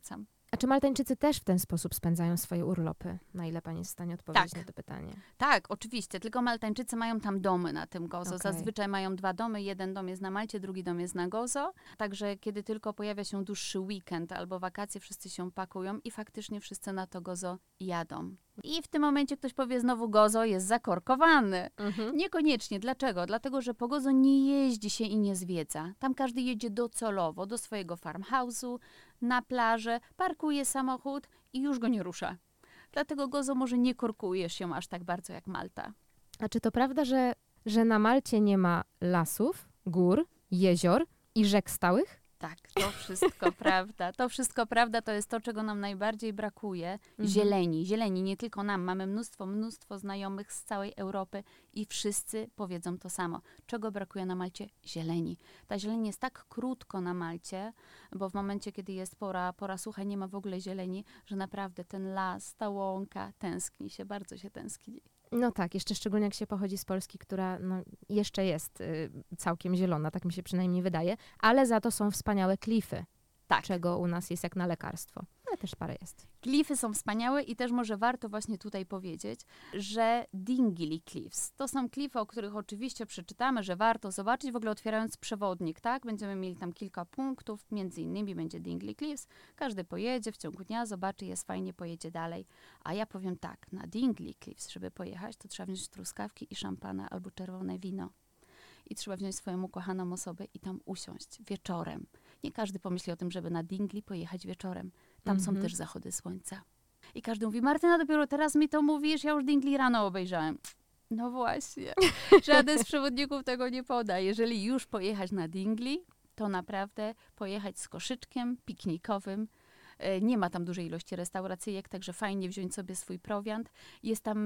A czy Maltańczycy też w ten sposób spędzają swoje urlopy? Na ile pani jest w stanie odpowiedzieć na to pytanie? Tak, oczywiście, tylko Maltańczycy mają tam domy na tym Gozo. Okej. Zazwyczaj mają 2 domy, jeden dom jest na Malcie, drugi dom jest na Gozo. Także kiedy tylko pojawia się dłuższy weekend albo wakacje, wszyscy się pakują i faktycznie wszyscy na to Gozo jadą. I w tym momencie ktoś powie znowu Gozo jest zakorkowany. Niekoniecznie. Dlaczego? Dlatego, że po Gozo nie jeździ się i nie zwiedza. Tam każdy jedzie docelowo, do swojego farmhouse'u, na plażę, parkuje samochód i już go nie rusza. Dlatego Gozo może nie korkuje się aż tak bardzo jak Malta. A czy to prawda, że na Malcie nie ma lasów, gór, jezior i rzek stałych? Tak, to wszystko prawda. To wszystko prawda, to jest to, czego nam najbardziej brakuje. Zieleni. Zieleni, nie tylko nam. Mamy mnóstwo znajomych z całej Europy i wszyscy powiedzą to samo. Czego brakuje na Malcie? Zieleni. Ta zieleń jest tak krótko na Malcie, bo w momencie, kiedy jest pora sucha, nie ma w ogóle zieleni, że naprawdę ten las, ta łąka tęskni się, bardzo się tęskni. No tak, jeszcze szczególnie jak się pochodzi z Polski, która jeszcze jest całkiem zielona, tak mi się przynajmniej wydaje, ale za to są wspaniałe klify, Tak. czego u nas jest jak na lekarstwo, ale też parę jest. Klify są wspaniałe i też może warto właśnie tutaj powiedzieć, że Dingley Cliffs to są klify, o których oczywiście przeczytamy, że warto zobaczyć, w ogóle otwierając przewodnik, tak? Będziemy mieli tam kilka punktów, między innymi będzie Dingley Cliffs. Każdy pojedzie w ciągu dnia, zobaczy, jest fajnie, pojedzie dalej. A ja powiem tak, na Dingley Cliffs, żeby pojechać, to trzeba wziąć truskawki i szampana albo czerwone wino. I trzeba wziąć swoją ukochaną osobę i tam usiąść wieczorem. Nie każdy pomyśli o tym, żeby na Dingley pojechać wieczorem. Tam są też zachody słońca. I każdy mówi, Martyna, dopiero teraz mi to mówisz, ja już Dingley rano obejrzałem. No właśnie, żaden z przewodników tego nie poda. Jeżeli już pojechać na Dingley, to naprawdę pojechać z koszyczkiem piknikowym. Nie ma tam dużej ilości restauracyjek, także fajnie wziąć sobie swój prowiant. Jest tam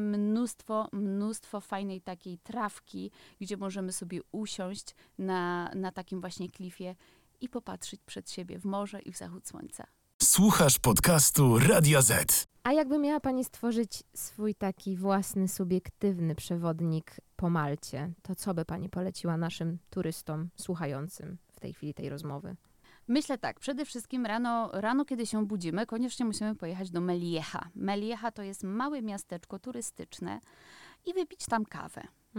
mnóstwo fajnej takiej trawki, gdzie możemy sobie usiąść na takim właśnie klifie i popatrzeć przed siebie w morze i w zachód słońca. Słuchasz podcastu Radia Z. A jakby miała pani stworzyć swój taki własny, subiektywny przewodnik po Malcie, to co by pani poleciła naszym turystom słuchającym w tej chwili tej rozmowy? Myślę tak, przede wszystkim rano, kiedy się budzimy, koniecznie musimy pojechać do Meliecha. Meliecha to jest małe miasteczko turystyczne i wypić tam kawę.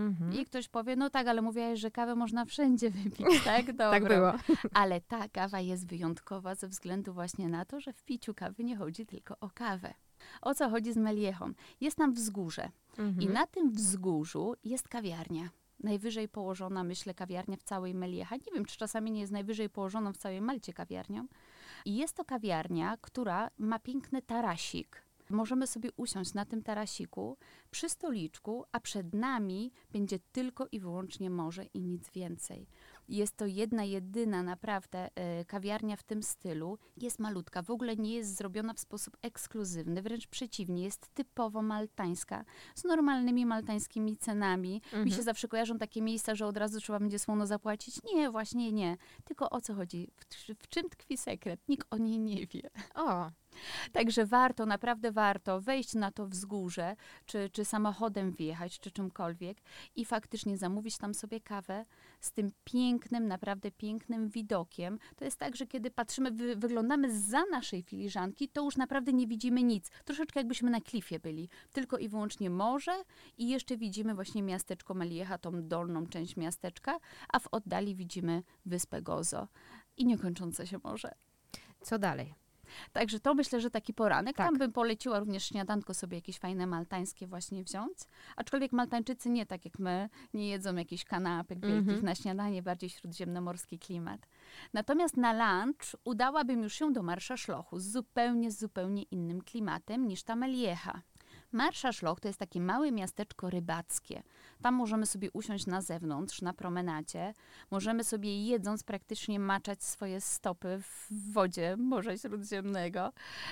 I ktoś powie, no tak, ale mówiłaś, że kawę można wszędzie wypić, tak? Dobro. Tak było. Ale ta kawa jest wyjątkowa ze względu właśnie na to, że w piciu kawy nie chodzi tylko o kawę. O co chodzi z Meliechą? Jest tam wzgórze i na tym wzgórzu jest kawiarnia. Najwyżej położona, myślę, kawiarnia w całej Meliecha. Nie wiem, czy czasami nie jest najwyżej położoną w całej Malcie kawiarnią. I jest to kawiarnia, która ma piękny tarasik. Możemy sobie usiąść na tym tarasiku przy stoliczku, a przed nami będzie tylko i wyłącznie morze i nic więcej. Jest to jedyna naprawdę kawiarnia w tym stylu. Jest malutka, w ogóle nie jest zrobiona w sposób ekskluzywny, wręcz przeciwnie, jest typowo maltańska, z normalnymi maltańskimi cenami. Mi się zawsze kojarzą takie miejsca, że od razu trzeba będzie słono zapłacić. Nie, właśnie nie. Tylko o co chodzi? W czym tkwi sekret? Nikt o niej nie wie. O, Także warto, naprawdę warto wejść na to wzgórze, czy samochodem wjechać, czy czymkolwiek i faktycznie zamówić tam sobie kawę z tym pięknym, naprawdę pięknym widokiem. To jest tak, że kiedy patrzymy, wyglądamy zza naszej filiżanki, to już naprawdę nie widzimy nic. Troszeczkę jakbyśmy na klifie byli. Tylko i wyłącznie morze i jeszcze widzimy właśnie miasteczko Meliecha, tą dolną część miasteczka, a w oddali widzimy wyspę Gozo i niekończące się morze. co dalej? Także to myślę, że taki poranek. Tak. Tam bym poleciła również śniadanko sobie jakieś fajne maltańskie właśnie wziąć. Aczkolwiek Maltańczycy nie tak jak my, nie jedzą jakichś kanapek wielkich na śniadanie, bardziej śródziemnomorski klimat. Natomiast na lunch udałabym już się do Marsza Szlochu z zupełnie innym klimatem niż ta Meliecha. Marsza Szloch to jest takie małe miasteczko rybackie. Tam możemy sobie usiąść na zewnątrz, na promenadzie. Możemy sobie jedząc praktycznie maczać swoje stopy w wodzie Morza Śródziemnego.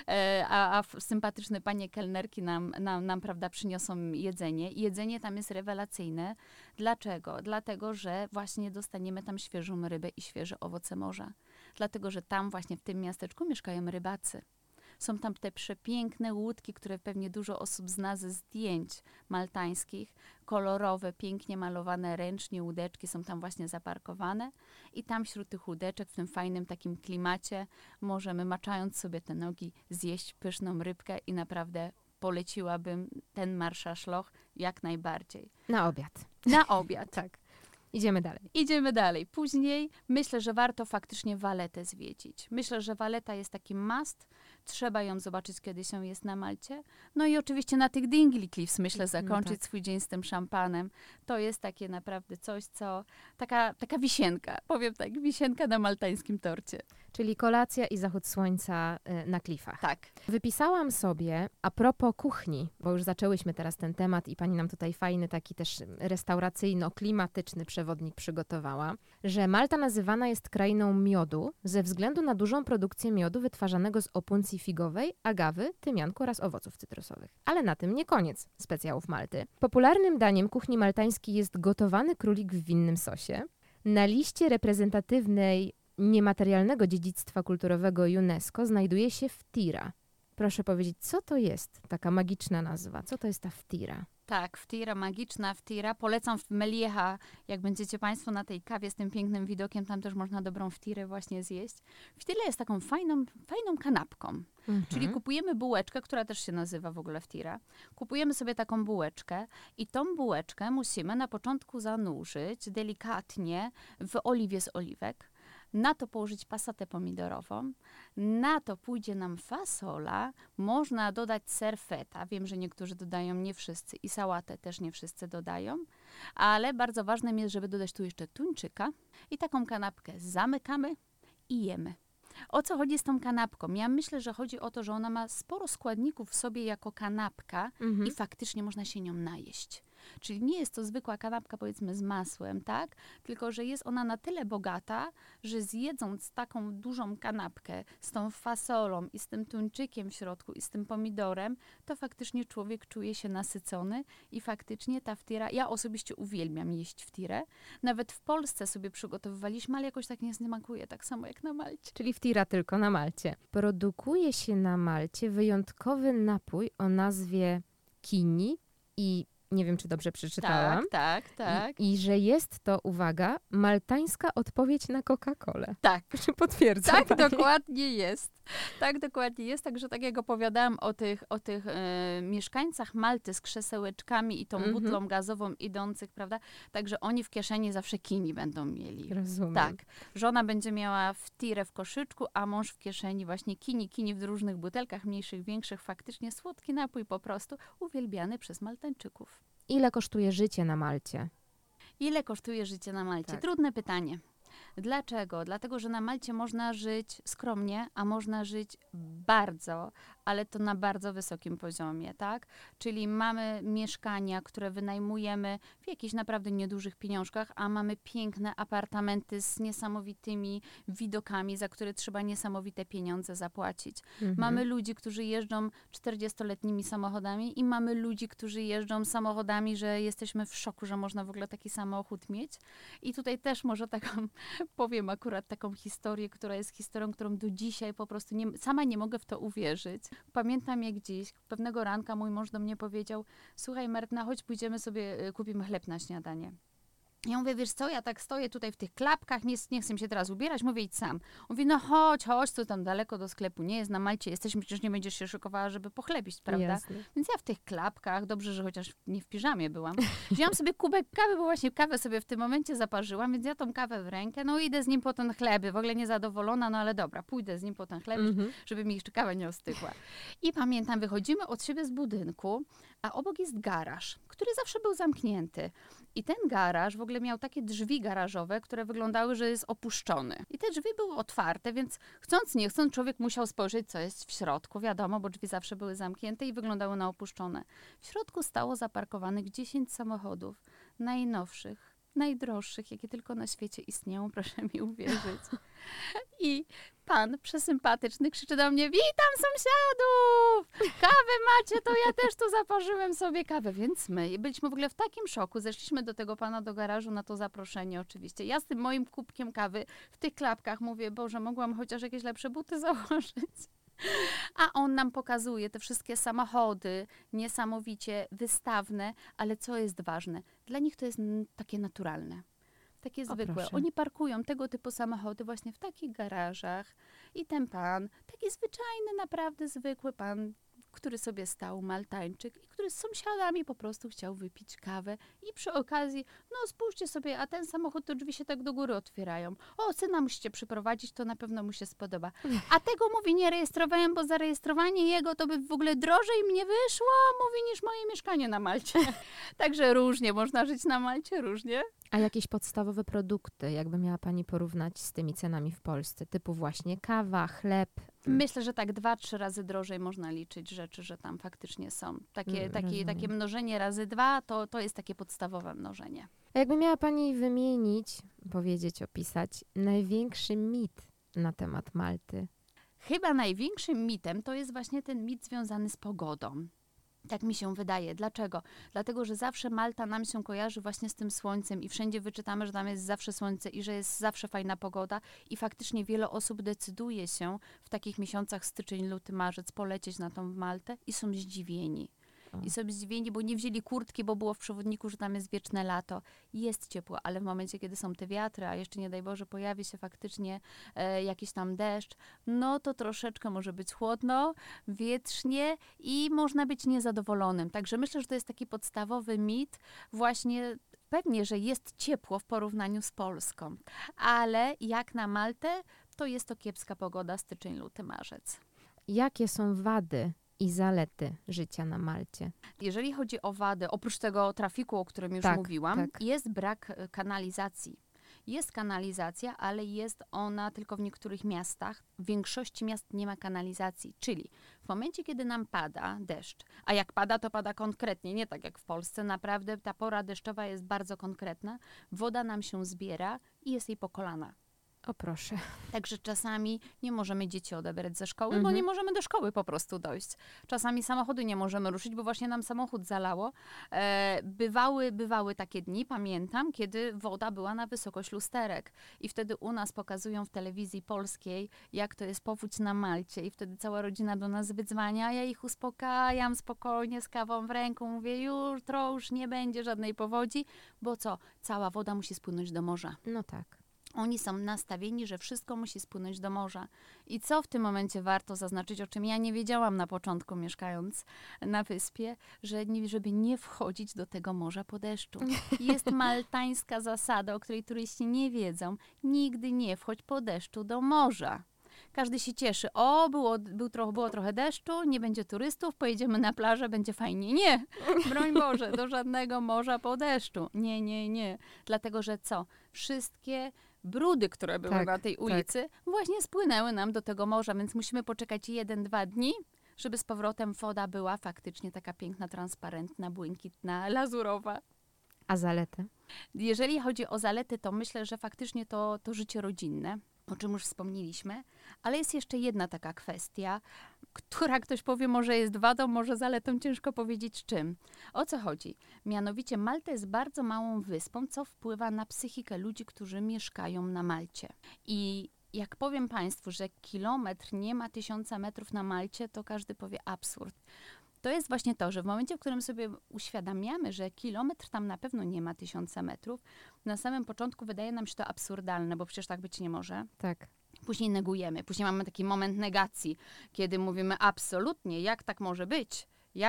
A sympatyczne panie kelnerki nam prawda, przyniosą jedzenie. Jedzenie tam jest rewelacyjne. Dlaczego? Dlatego, że właśnie dostaniemy tam świeżą rybę i świeże owoce morza. Dlatego, że tam właśnie w tym miasteczku mieszkają rybacy. Są tam te przepiękne łódki, które pewnie dużo osób zna ze zdjęć maltańskich. Kolorowe, pięknie malowane ręcznie łódeczki są tam właśnie zaparkowane. I tam wśród tych łódeczek, w tym fajnym takim klimacie, możemy, maczając sobie te nogi, zjeść pyszną rybkę i naprawdę poleciłabym ten Marszaszloch jak najbardziej. Na obiad. Na obiad. Tak. Idziemy dalej. Idziemy dalej. Później myślę, że warto faktycznie Valletę zwiedzić. Myślę, że Valletta jest taki must. Trzeba ją zobaczyć, kiedy się jest na Malcie. No i oczywiście na tych Dingley Cliffs myślę zakończyć swój dzień z tym szampanem. To jest takie naprawdę coś, co... Taka wisienka. Powiem tak, wisienka na maltańskim torcie. Czyli kolacja i zachód słońca na klifach. Tak. Wypisałam sobie, a propos kuchni, bo już zaczęłyśmy teraz ten temat i pani nam tutaj fajny, taki też restauracyjno-klimatyczny przewodnik przygotowała, że Malta nazywana jest krainą miodu ze względu na dużą produkcję miodu wytwarzanego z opuncji figowej, agawy, tymianku oraz owoców cytrusowych. Ale na tym nie koniec specjałów Malty. Popularnym daniem kuchni maltańskiej jest gotowany królik w winnym sosie. Na liście reprezentatywnej niematerialnego dziedzictwa kulturowego UNESCO znajduje się wtira. Proszę powiedzieć, co to jest taka magiczna nazwa? Co to jest ta wtira? Tak, wtira, magiczna wtira. Polecam w Meliecha, jak będziecie Państwo na tej kawie z tym pięknym widokiem, tam też można dobrą wtirę właśnie zjeść. Wtira jest taką fajną kanapką. Czyli kupujemy bułeczkę, która też się nazywa w ogóle wtira. Kupujemy sobie taką bułeczkę i tą bułeczkę musimy na początku zanurzyć delikatnie w oliwie z oliwek. Na to położyć pasatę pomidorową, na to pójdzie nam fasola, można dodać ser feta, wiem, że niektórzy dodają, nie wszyscy, i sałatę też nie wszyscy dodają, ale bardzo ważnym jest, żeby dodać tu jeszcze tuńczyka i taką kanapkę zamykamy i jemy. O co chodzi z tą kanapką? Ja myślę, że chodzi o to, że ona ma sporo składników w sobie jako kanapka i faktycznie można się nią najeść. Czyli nie jest to zwykła kanapka, powiedzmy, z masłem, tak? Tylko że jest ona na tyle bogata, że zjedząc taką dużą kanapkę z tą fasolą i z tym tuńczykiem w środku i z tym pomidorem, to faktycznie człowiek czuje się nasycony i faktycznie ta wtira, ja osobiście uwielbiam jeść wtirę. Nawet w Polsce sobie przygotowywaliśmy, ale jakoś tak nie smakuje, tak samo jak na Malcie. Czyli wtira tylko na Malcie. Produkuje się na Malcie wyjątkowy napój o nazwie kini i nie wiem, czy dobrze przeczytałam. Tak. I że jest to, uwaga, maltańska odpowiedź na Coca-Colę. Tak. Potwierdzam. Tak, pani. dokładnie jest. Tak, dokładnie jest. Także tak jak opowiadałam o tych mieszkańcach Malty z krzesełeczkami i tą butlą gazową idących, prawda? Także oni w kieszeni zawsze kini będą mieli. Rozumiem. Tak. Żona będzie miała wtirę w koszyczku, a mąż w kieszeni właśnie kini w różnych butelkach, mniejszych, większych. Faktycznie słodki napój po prostu, uwielbiany przez Maltańczyków. Ile kosztuje życie na Malcie? Ile kosztuje życie na Malcie? Tak. Trudne pytanie. Dlaczego? Dlatego, że na Malcie można żyć skromnie, a można żyć bardzo, ale to na bardzo wysokim poziomie, tak? Czyli mamy mieszkania, które wynajmujemy w jakichś naprawdę niedużych pieniążkach, a mamy piękne apartamenty z niesamowitymi widokami, za które trzeba niesamowite pieniądze zapłacić. Mamy ludzi, którzy jeżdżą 40-letnimi samochodami i mamy ludzi, którzy jeżdżą samochodami, że jesteśmy w szoku, że można w ogóle taki samochód mieć. I tutaj też może powiem akurat taką historię, która jest historią, którą do dzisiaj po prostu sama nie mogę w to uwierzyć. Pamiętam jak dziś, pewnego ranka mój mąż do mnie powiedział: słuchaj Martyna, chodź pójdziemy sobie, kupimy chleb na śniadanie. Ja mówię, wiesz co, ja tak stoję tutaj w tych klapkach, nie chcę się teraz ubierać, mówię, idź sam. On mówi, no chodź, co tam daleko do sklepu nie jest, na Malcie jesteśmy, przecież nie będziesz się szykowała, żeby pochlebić, prawda? Jasne. Więc ja w tych klapkach, dobrze, że chociaż nie w piżamie byłam, wzięłam sobie kubek kawy, bo właśnie kawę sobie w tym momencie zaparzyłam, więc ja tą kawę w rękę, no idę z nim po ten chleb, w ogóle niezadowolona, no ale dobra, pójdę z nim po ten chleb, żeby mi jeszcze kawa nie ostygła. I pamiętam, wychodzimy od siebie z budynku, a obok jest garaż, który zawsze był zamknięty. I ten garaż w ogóle miał takie drzwi garażowe, które wyglądały, że jest opuszczony. I te drzwi były otwarte, więc chcąc nie chcąc człowiek musiał spojrzeć, co jest w środku. Wiadomo, bo drzwi zawsze były zamknięte i wyglądały na opuszczone. W środku stało zaparkowanych 10 samochodów, najnowszych, najdroższych, jakie tylko na świecie istnieją, proszę mi uwierzyć. I pan przesympatyczny krzyczy do mnie: witam sąsiadów! Kawę macie, to ja też tu zaparzyłem sobie kawę. Więc my byliśmy w ogóle w takim szoku. Zeszliśmy do tego pana do garażu na to zaproszenie oczywiście. Ja z tym moim kubkiem kawy w tych klapkach mówię: Boże, mogłam chociaż jakieś lepsze buty założyć. A on nam pokazuje te wszystkie samochody, niesamowicie wystawne, ale co jest ważne? Dla nich to jest takie naturalne. Takie zwykłe. proszę. Oni parkują tego typu samochody właśnie w takich garażach i ten pan, taki zwyczajny, naprawdę zwykły pan, który sobie stał, Maltańczyk, i który z sąsiadami po prostu chciał wypić kawę i przy okazji, no spójrzcie sobie, a ten samochód, to drzwi się tak do góry otwierają. O, syna musicie przyprowadzić, to na pewno mu się spodoba. A tego, mówi, nie rejestrowałem, bo zarejestrowanie jego to by w ogóle drożej mnie wyszło, mówi, niż moje mieszkanie na Malcie. Także różnie, można żyć na Malcie, różnie. A jakieś podstawowe produkty, jakby miała pani porównać z tymi cenami w Polsce, typu właśnie kawa, chleb? Myślę, że tak 2-3 razy drożej można liczyć rzeczy, że tam faktycznie są. Takie mnożenie razy 2 to jest takie podstawowe mnożenie. A jakby miała pani wymienić, powiedzieć, opisać największy mit na temat Malty? Chyba największym mitem to jest właśnie ten mit związany z pogodą. Tak mi się wydaje. Dlaczego? Dlatego, że zawsze Malta nam się kojarzy właśnie z tym słońcem i wszędzie wyczytamy, że tam jest zawsze słońce i że jest zawsze fajna pogoda i faktycznie wiele osób decyduje się w takich miesiącach styczeń, luty, marzec polecieć na tą Maltę i są zdziwieni. I są zdziwieni, bo nie wzięli kurtki, bo było w przewodniku, że tam jest wieczne lato. Jest ciepło, ale w momencie, kiedy są te wiatry, a jeszcze nie daj Boże pojawi się faktycznie jakiś tam deszcz, no to troszeczkę może być chłodno, wietrznie i można być niezadowolonym. Także myślę, że to jest taki podstawowy mit właśnie. Pewnie, że jest ciepło w porównaniu z Polską, ale jak na Maltę, to jest to kiepska pogoda styczeń, luty, marzec. Jakie są wady i zalety życia na Malcie? Jeżeli chodzi o wady, oprócz tego trafiku, o którym już mówiłam, jest brak kanalizacji. Jest kanalizacja, ale jest ona tylko w niektórych miastach. W większości miast nie ma kanalizacji, czyli w momencie, kiedy nam pada deszcz, a jak pada, to pada konkretnie, nie tak jak w Polsce, naprawdę ta pora deszczowa jest bardzo konkretna, woda nam się zbiera i jest jej po kolana. O proszę. Także czasami nie możemy dzieci odebrać ze szkoły, bo nie możemy do szkoły po prostu dojść. Czasami samochodu nie możemy ruszyć, bo właśnie nam samochód zalało. Bywały takie dni, pamiętam, kiedy woda była na wysokość lusterek. I wtedy u nas pokazują w telewizji polskiej, jak to jest powódź na Malcie. I wtedy cała rodzina do nas wydzwania. Ja ich uspokajam spokojnie z kawą w ręku. Mówię, już nie będzie żadnej powodzi, bo co? Cała woda musi spłynąć do morza. No tak. Oni są nastawieni, że wszystko musi spłynąć do morza. I co w tym momencie warto zaznaczyć, o czym ja nie wiedziałam na początku, mieszkając na wyspie, żeby nie wchodzić do tego morza po deszczu. Jest maltańska zasada, o której turyści nie wiedzą. Nigdy nie wchodź po deszczu do morza. Każdy się cieszy. O, było trochę deszczu, nie będzie turystów, pojedziemy na plażę, będzie fajnie. Nie, broń Boże, do żadnego morza po deszczu. Nie. Dlatego, że co? Wszystkie brudy, które były na tej ulicy, właśnie spłynęły nam do tego morza, więc musimy poczekać 1-2 dni, żeby z powrotem woda była faktycznie taka piękna, transparentna, błękitna, lazurowa. A zalety? Jeżeli chodzi o zalety, to myślę, że faktycznie to życie rodzinne, o czym już wspomnieliśmy, ale jest jeszcze jedna taka kwestia, która ktoś powie, może jest wadą, może zaletą, ciężko powiedzieć czym. O co chodzi? Mianowicie Malta jest bardzo małą wyspą, co wpływa na psychikę ludzi, którzy mieszkają na Malcie. I jak powiem Państwu, że kilometr nie ma 1000 metrów na Malcie, to każdy powie absurd. To jest właśnie to, że w momencie, w którym sobie uświadamiamy, że kilometr tam na pewno nie ma 1000 metrów, na samym początku wydaje nam się to absurdalne, bo przecież tak być nie może. Tak. Później negujemy, później mamy taki moment negacji, kiedy mówimy absolutnie, jak tak może być?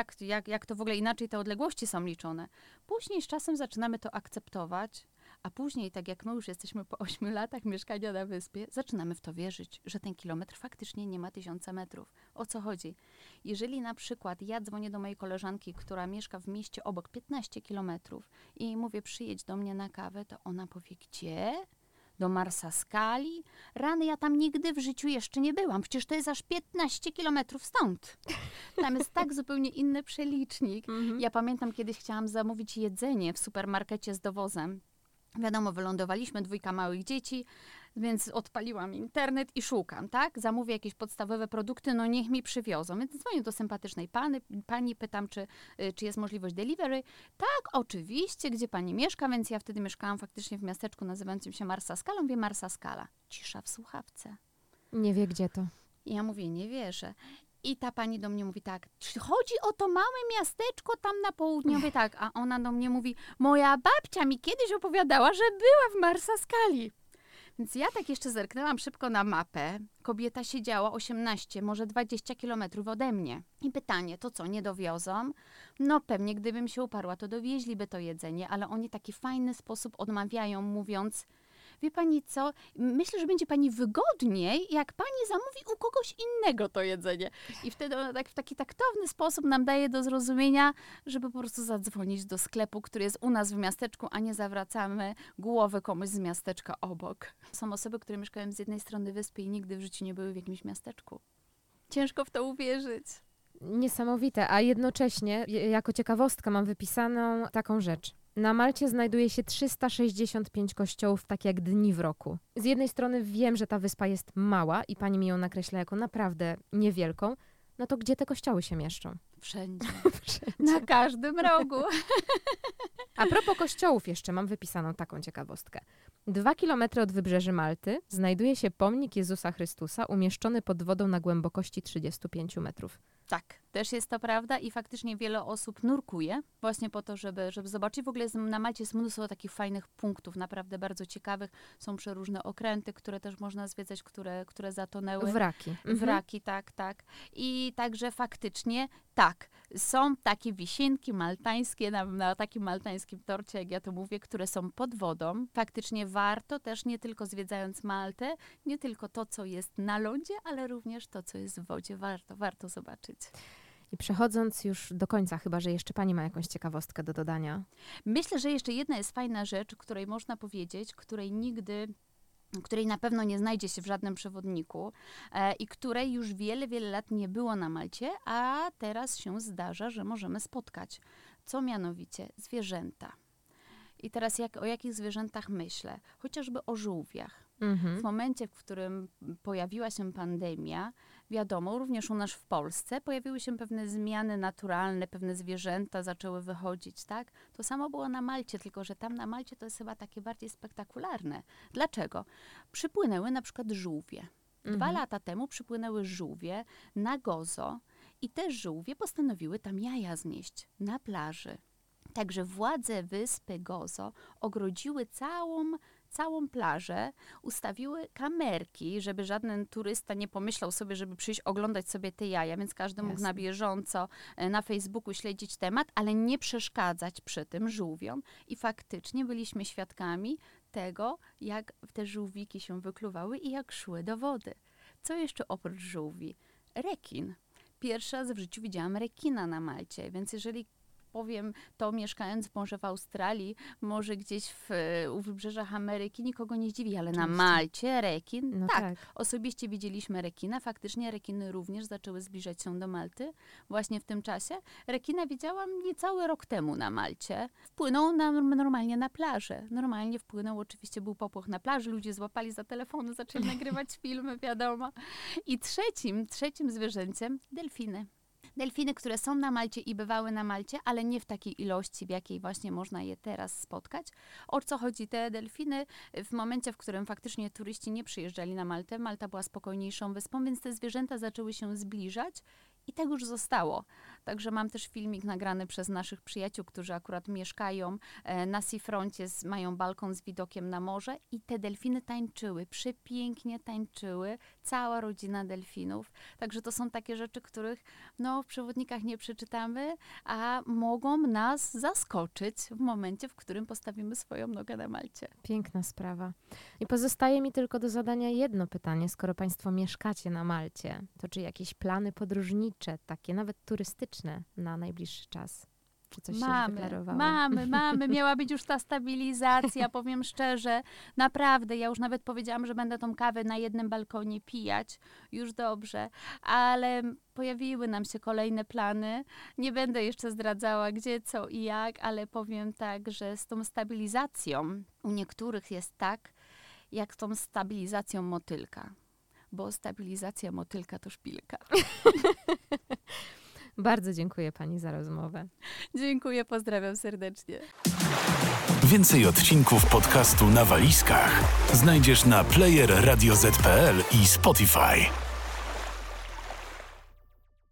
Jak to w ogóle inaczej te odległości są liczone? Później z czasem zaczynamy to akceptować, a później, tak jak my już jesteśmy po 8 latach mieszkania na wyspie, zaczynamy w to wierzyć, że ten kilometr faktycznie nie ma 1000 metrów. O co chodzi? Jeżeli na przykład ja dzwonię do mojej koleżanki, która mieszka w mieście obok 15 kilometrów i jej mówię, przyjedź do mnie na kawę, to ona powie, gdzie? Do Marsaskali? Rany, ja tam nigdy w życiu jeszcze nie byłam. Przecież to jest aż 15 kilometrów stąd. Tam jest tak zupełnie inny przelicznik. Ja pamiętam, kiedyś chciałam zamówić jedzenie w supermarkecie z dowozem. Wiadomo, wylądowaliśmy, 2 małych dzieci, więc odpaliłam internet i szukam, tak? Zamówię jakieś podstawowe produkty, no niech mi przywiozą. Więc dzwonię do sympatycznej pani, pytam, czy jest możliwość delivery. Tak, oczywiście, gdzie pani mieszka, więc ja wtedy mieszkałam faktycznie w miasteczku nazywającym się Marsaskala. Mówię, Marsaskala. Cisza w słuchawce. Nie wie, gdzie to. I ja mówię, nie wierzę. I ta pani do mnie mówi tak, czy chodzi o to małe miasteczko tam na południu? Mówię tak, a ona do mnie mówi, moja babcia mi kiedyś opowiadała, że była w Marsaskali. Więc ja tak jeszcze zerknęłam szybko na mapę. Kobieta siedziała 18, może 20 kilometrów ode mnie. I pytanie, to co, nie dowiozą? No pewnie, gdybym się uparła, to dowieźliby to jedzenie, ale oni w taki fajny sposób odmawiają, mówiąc, wie pani co, myślę, że będzie pani wygodniej, jak pani zamówi u kogoś innego to jedzenie. I wtedy ona tak w taki taktowny sposób nam daje do zrozumienia, żeby po prostu zadzwonić do sklepu, który jest u nas w miasteczku, a nie zawracamy głowy komuś z miasteczka obok. Są osoby, które mieszkają z jednej strony wyspy i nigdy w życiu nie były w jakimś miasteczku. Ciężko w to uwierzyć. Niesamowite, a jednocześnie jako ciekawostkę mam wypisaną taką rzecz. Na Malcie znajduje się 365 kościołów, tak jak dni w roku. Z jednej strony wiem, że ta wyspa jest mała i pani mi ją nakreśla jako naprawdę niewielką, no to gdzie te kościoły się mieszczą? Wszędzie. Wszędzie. Na każdym rogu. A propos kościołów jeszcze mam wypisaną taką ciekawostkę. 2 kilometry od wybrzeży Malty znajduje się pomnik Jezusa Chrystusa umieszczony pod wodą na głębokości 35 metrów. Tak, też jest to prawda i faktycznie wiele osób nurkuje właśnie po to, żeby zobaczyć. W ogóle na Malcie jest mnóstwo takich fajnych punktów, naprawdę bardzo ciekawych. Są przeróżne okręty, które też można zwiedzać, które zatonęły. Wraki. Wraki, tak. I także faktycznie tak, są takie wisienki maltańskie na takim maltańskim torcie, jak ja to mówię, które są pod wodą. Faktycznie warto też, nie tylko zwiedzając Maltę, nie tylko to, co jest na lądzie, ale również to, co jest w wodzie. Warto zobaczyć. I przechodząc już do końca, chyba że jeszcze pani ma jakąś ciekawostkę do dodania. Myślę, że jeszcze jedna jest fajna rzecz, której można powiedzieć, której na pewno nie znajdzie się w żadnym przewodniku i której już wiele lat nie było na Malcie, a teraz się zdarza, że możemy spotkać. Co mianowicie? Zwierzęta. I teraz o jakich zwierzętach myślę? Chociażby o żółwiach. W momencie, w którym pojawiła się pandemia, wiadomo, również u nas w Polsce pojawiły się pewne zmiany naturalne, pewne zwierzęta zaczęły wychodzić, tak? To samo było na Malcie, tylko że tam na Malcie to jest chyba takie bardziej spektakularne. Dlaczego? Przypłynęły na przykład żółwie. 2 lata temu przypłynęły żółwie na Gozo i te żółwie postanowiły tam jaja znieść na plaży. Także władze wyspy Gozo ogrodziły całą plażę, ustawiły kamerki, żeby żaden turysta nie pomyślał sobie, żeby przyjść oglądać sobie te jaja, więc każdy mógł na bieżąco na Facebooku śledzić temat, ale nie przeszkadzać przy tym żółwiom. I faktycznie byliśmy świadkami tego, jak te żółwiki się wykluwały i jak szły do wody. Co jeszcze oprócz żółwi? Rekin. Pierwszy raz w życiu widziałam rekina na Malcie, więc jeżeli powiem to mieszkając może w Australii, może gdzieś u wybrzeżach Ameryki, nikogo nie zdziwi, ale na Malcie rekin, No tak. Osobiście widzieliśmy rekina, faktycznie rekiny również zaczęły zbliżać się do Malty właśnie w tym czasie. Rekina widziałam niecały rok temu na Malcie. Wpłynął normalnie na plażę. Normalnie wpłynął, oczywiście był popłoch na plaży, ludzie złapali za telefony, zaczęli nagrywać filmy, wiadomo. I trzecim zwierzęciem delfiny. Delfiny, które są na Malcie i bywały na Malcie, ale nie w takiej ilości, w jakiej właśnie można je teraz spotkać. O co chodzi? Te delfiny w momencie, w którym faktycznie turyści nie przyjeżdżali na Maltę, Malta była spokojniejszą wyspą, więc te zwierzęta zaczęły się zbliżać i tak już zostało. Także mam też filmik nagrany przez naszych przyjaciół, którzy akurat mieszkają na seafroncie, mają balkon z widokiem na morze i te delfiny tańczyły, przepięknie tańczyły, cała rodzina delfinów. Także to są takie rzeczy, których w przewodnikach nie przeczytamy, a mogą nas zaskoczyć w momencie, w którym postawimy swoją nogę na Malcie. Piękna sprawa. I pozostaje mi tylko do zadania jedno pytanie. Skoro państwo mieszkacie na Malcie, to czy jakieś plany podróżnicze, takie nawet turystyczne na najbliższy czas? Czy coś się już wyklarowało? Mamy. Miała być już ta stabilizacja, powiem szczerze. Naprawdę, ja już nawet powiedziałam, że będę tą kawę na jednym balkonie pijać. Już dobrze. Ale pojawiły nam się kolejne plany. Nie będę jeszcze zdradzała gdzie, co i jak, ale powiem tak, że z tą stabilizacją u niektórych jest tak, jak z tą stabilizacją motylka. Bo stabilizacja motylka to szpilka. Bardzo dziękuję pani za rozmowę. Dziękuję, pozdrawiam serdecznie. Więcej odcinków podcastu Na Walizkach znajdziesz na player Radio ZPL i Spotify.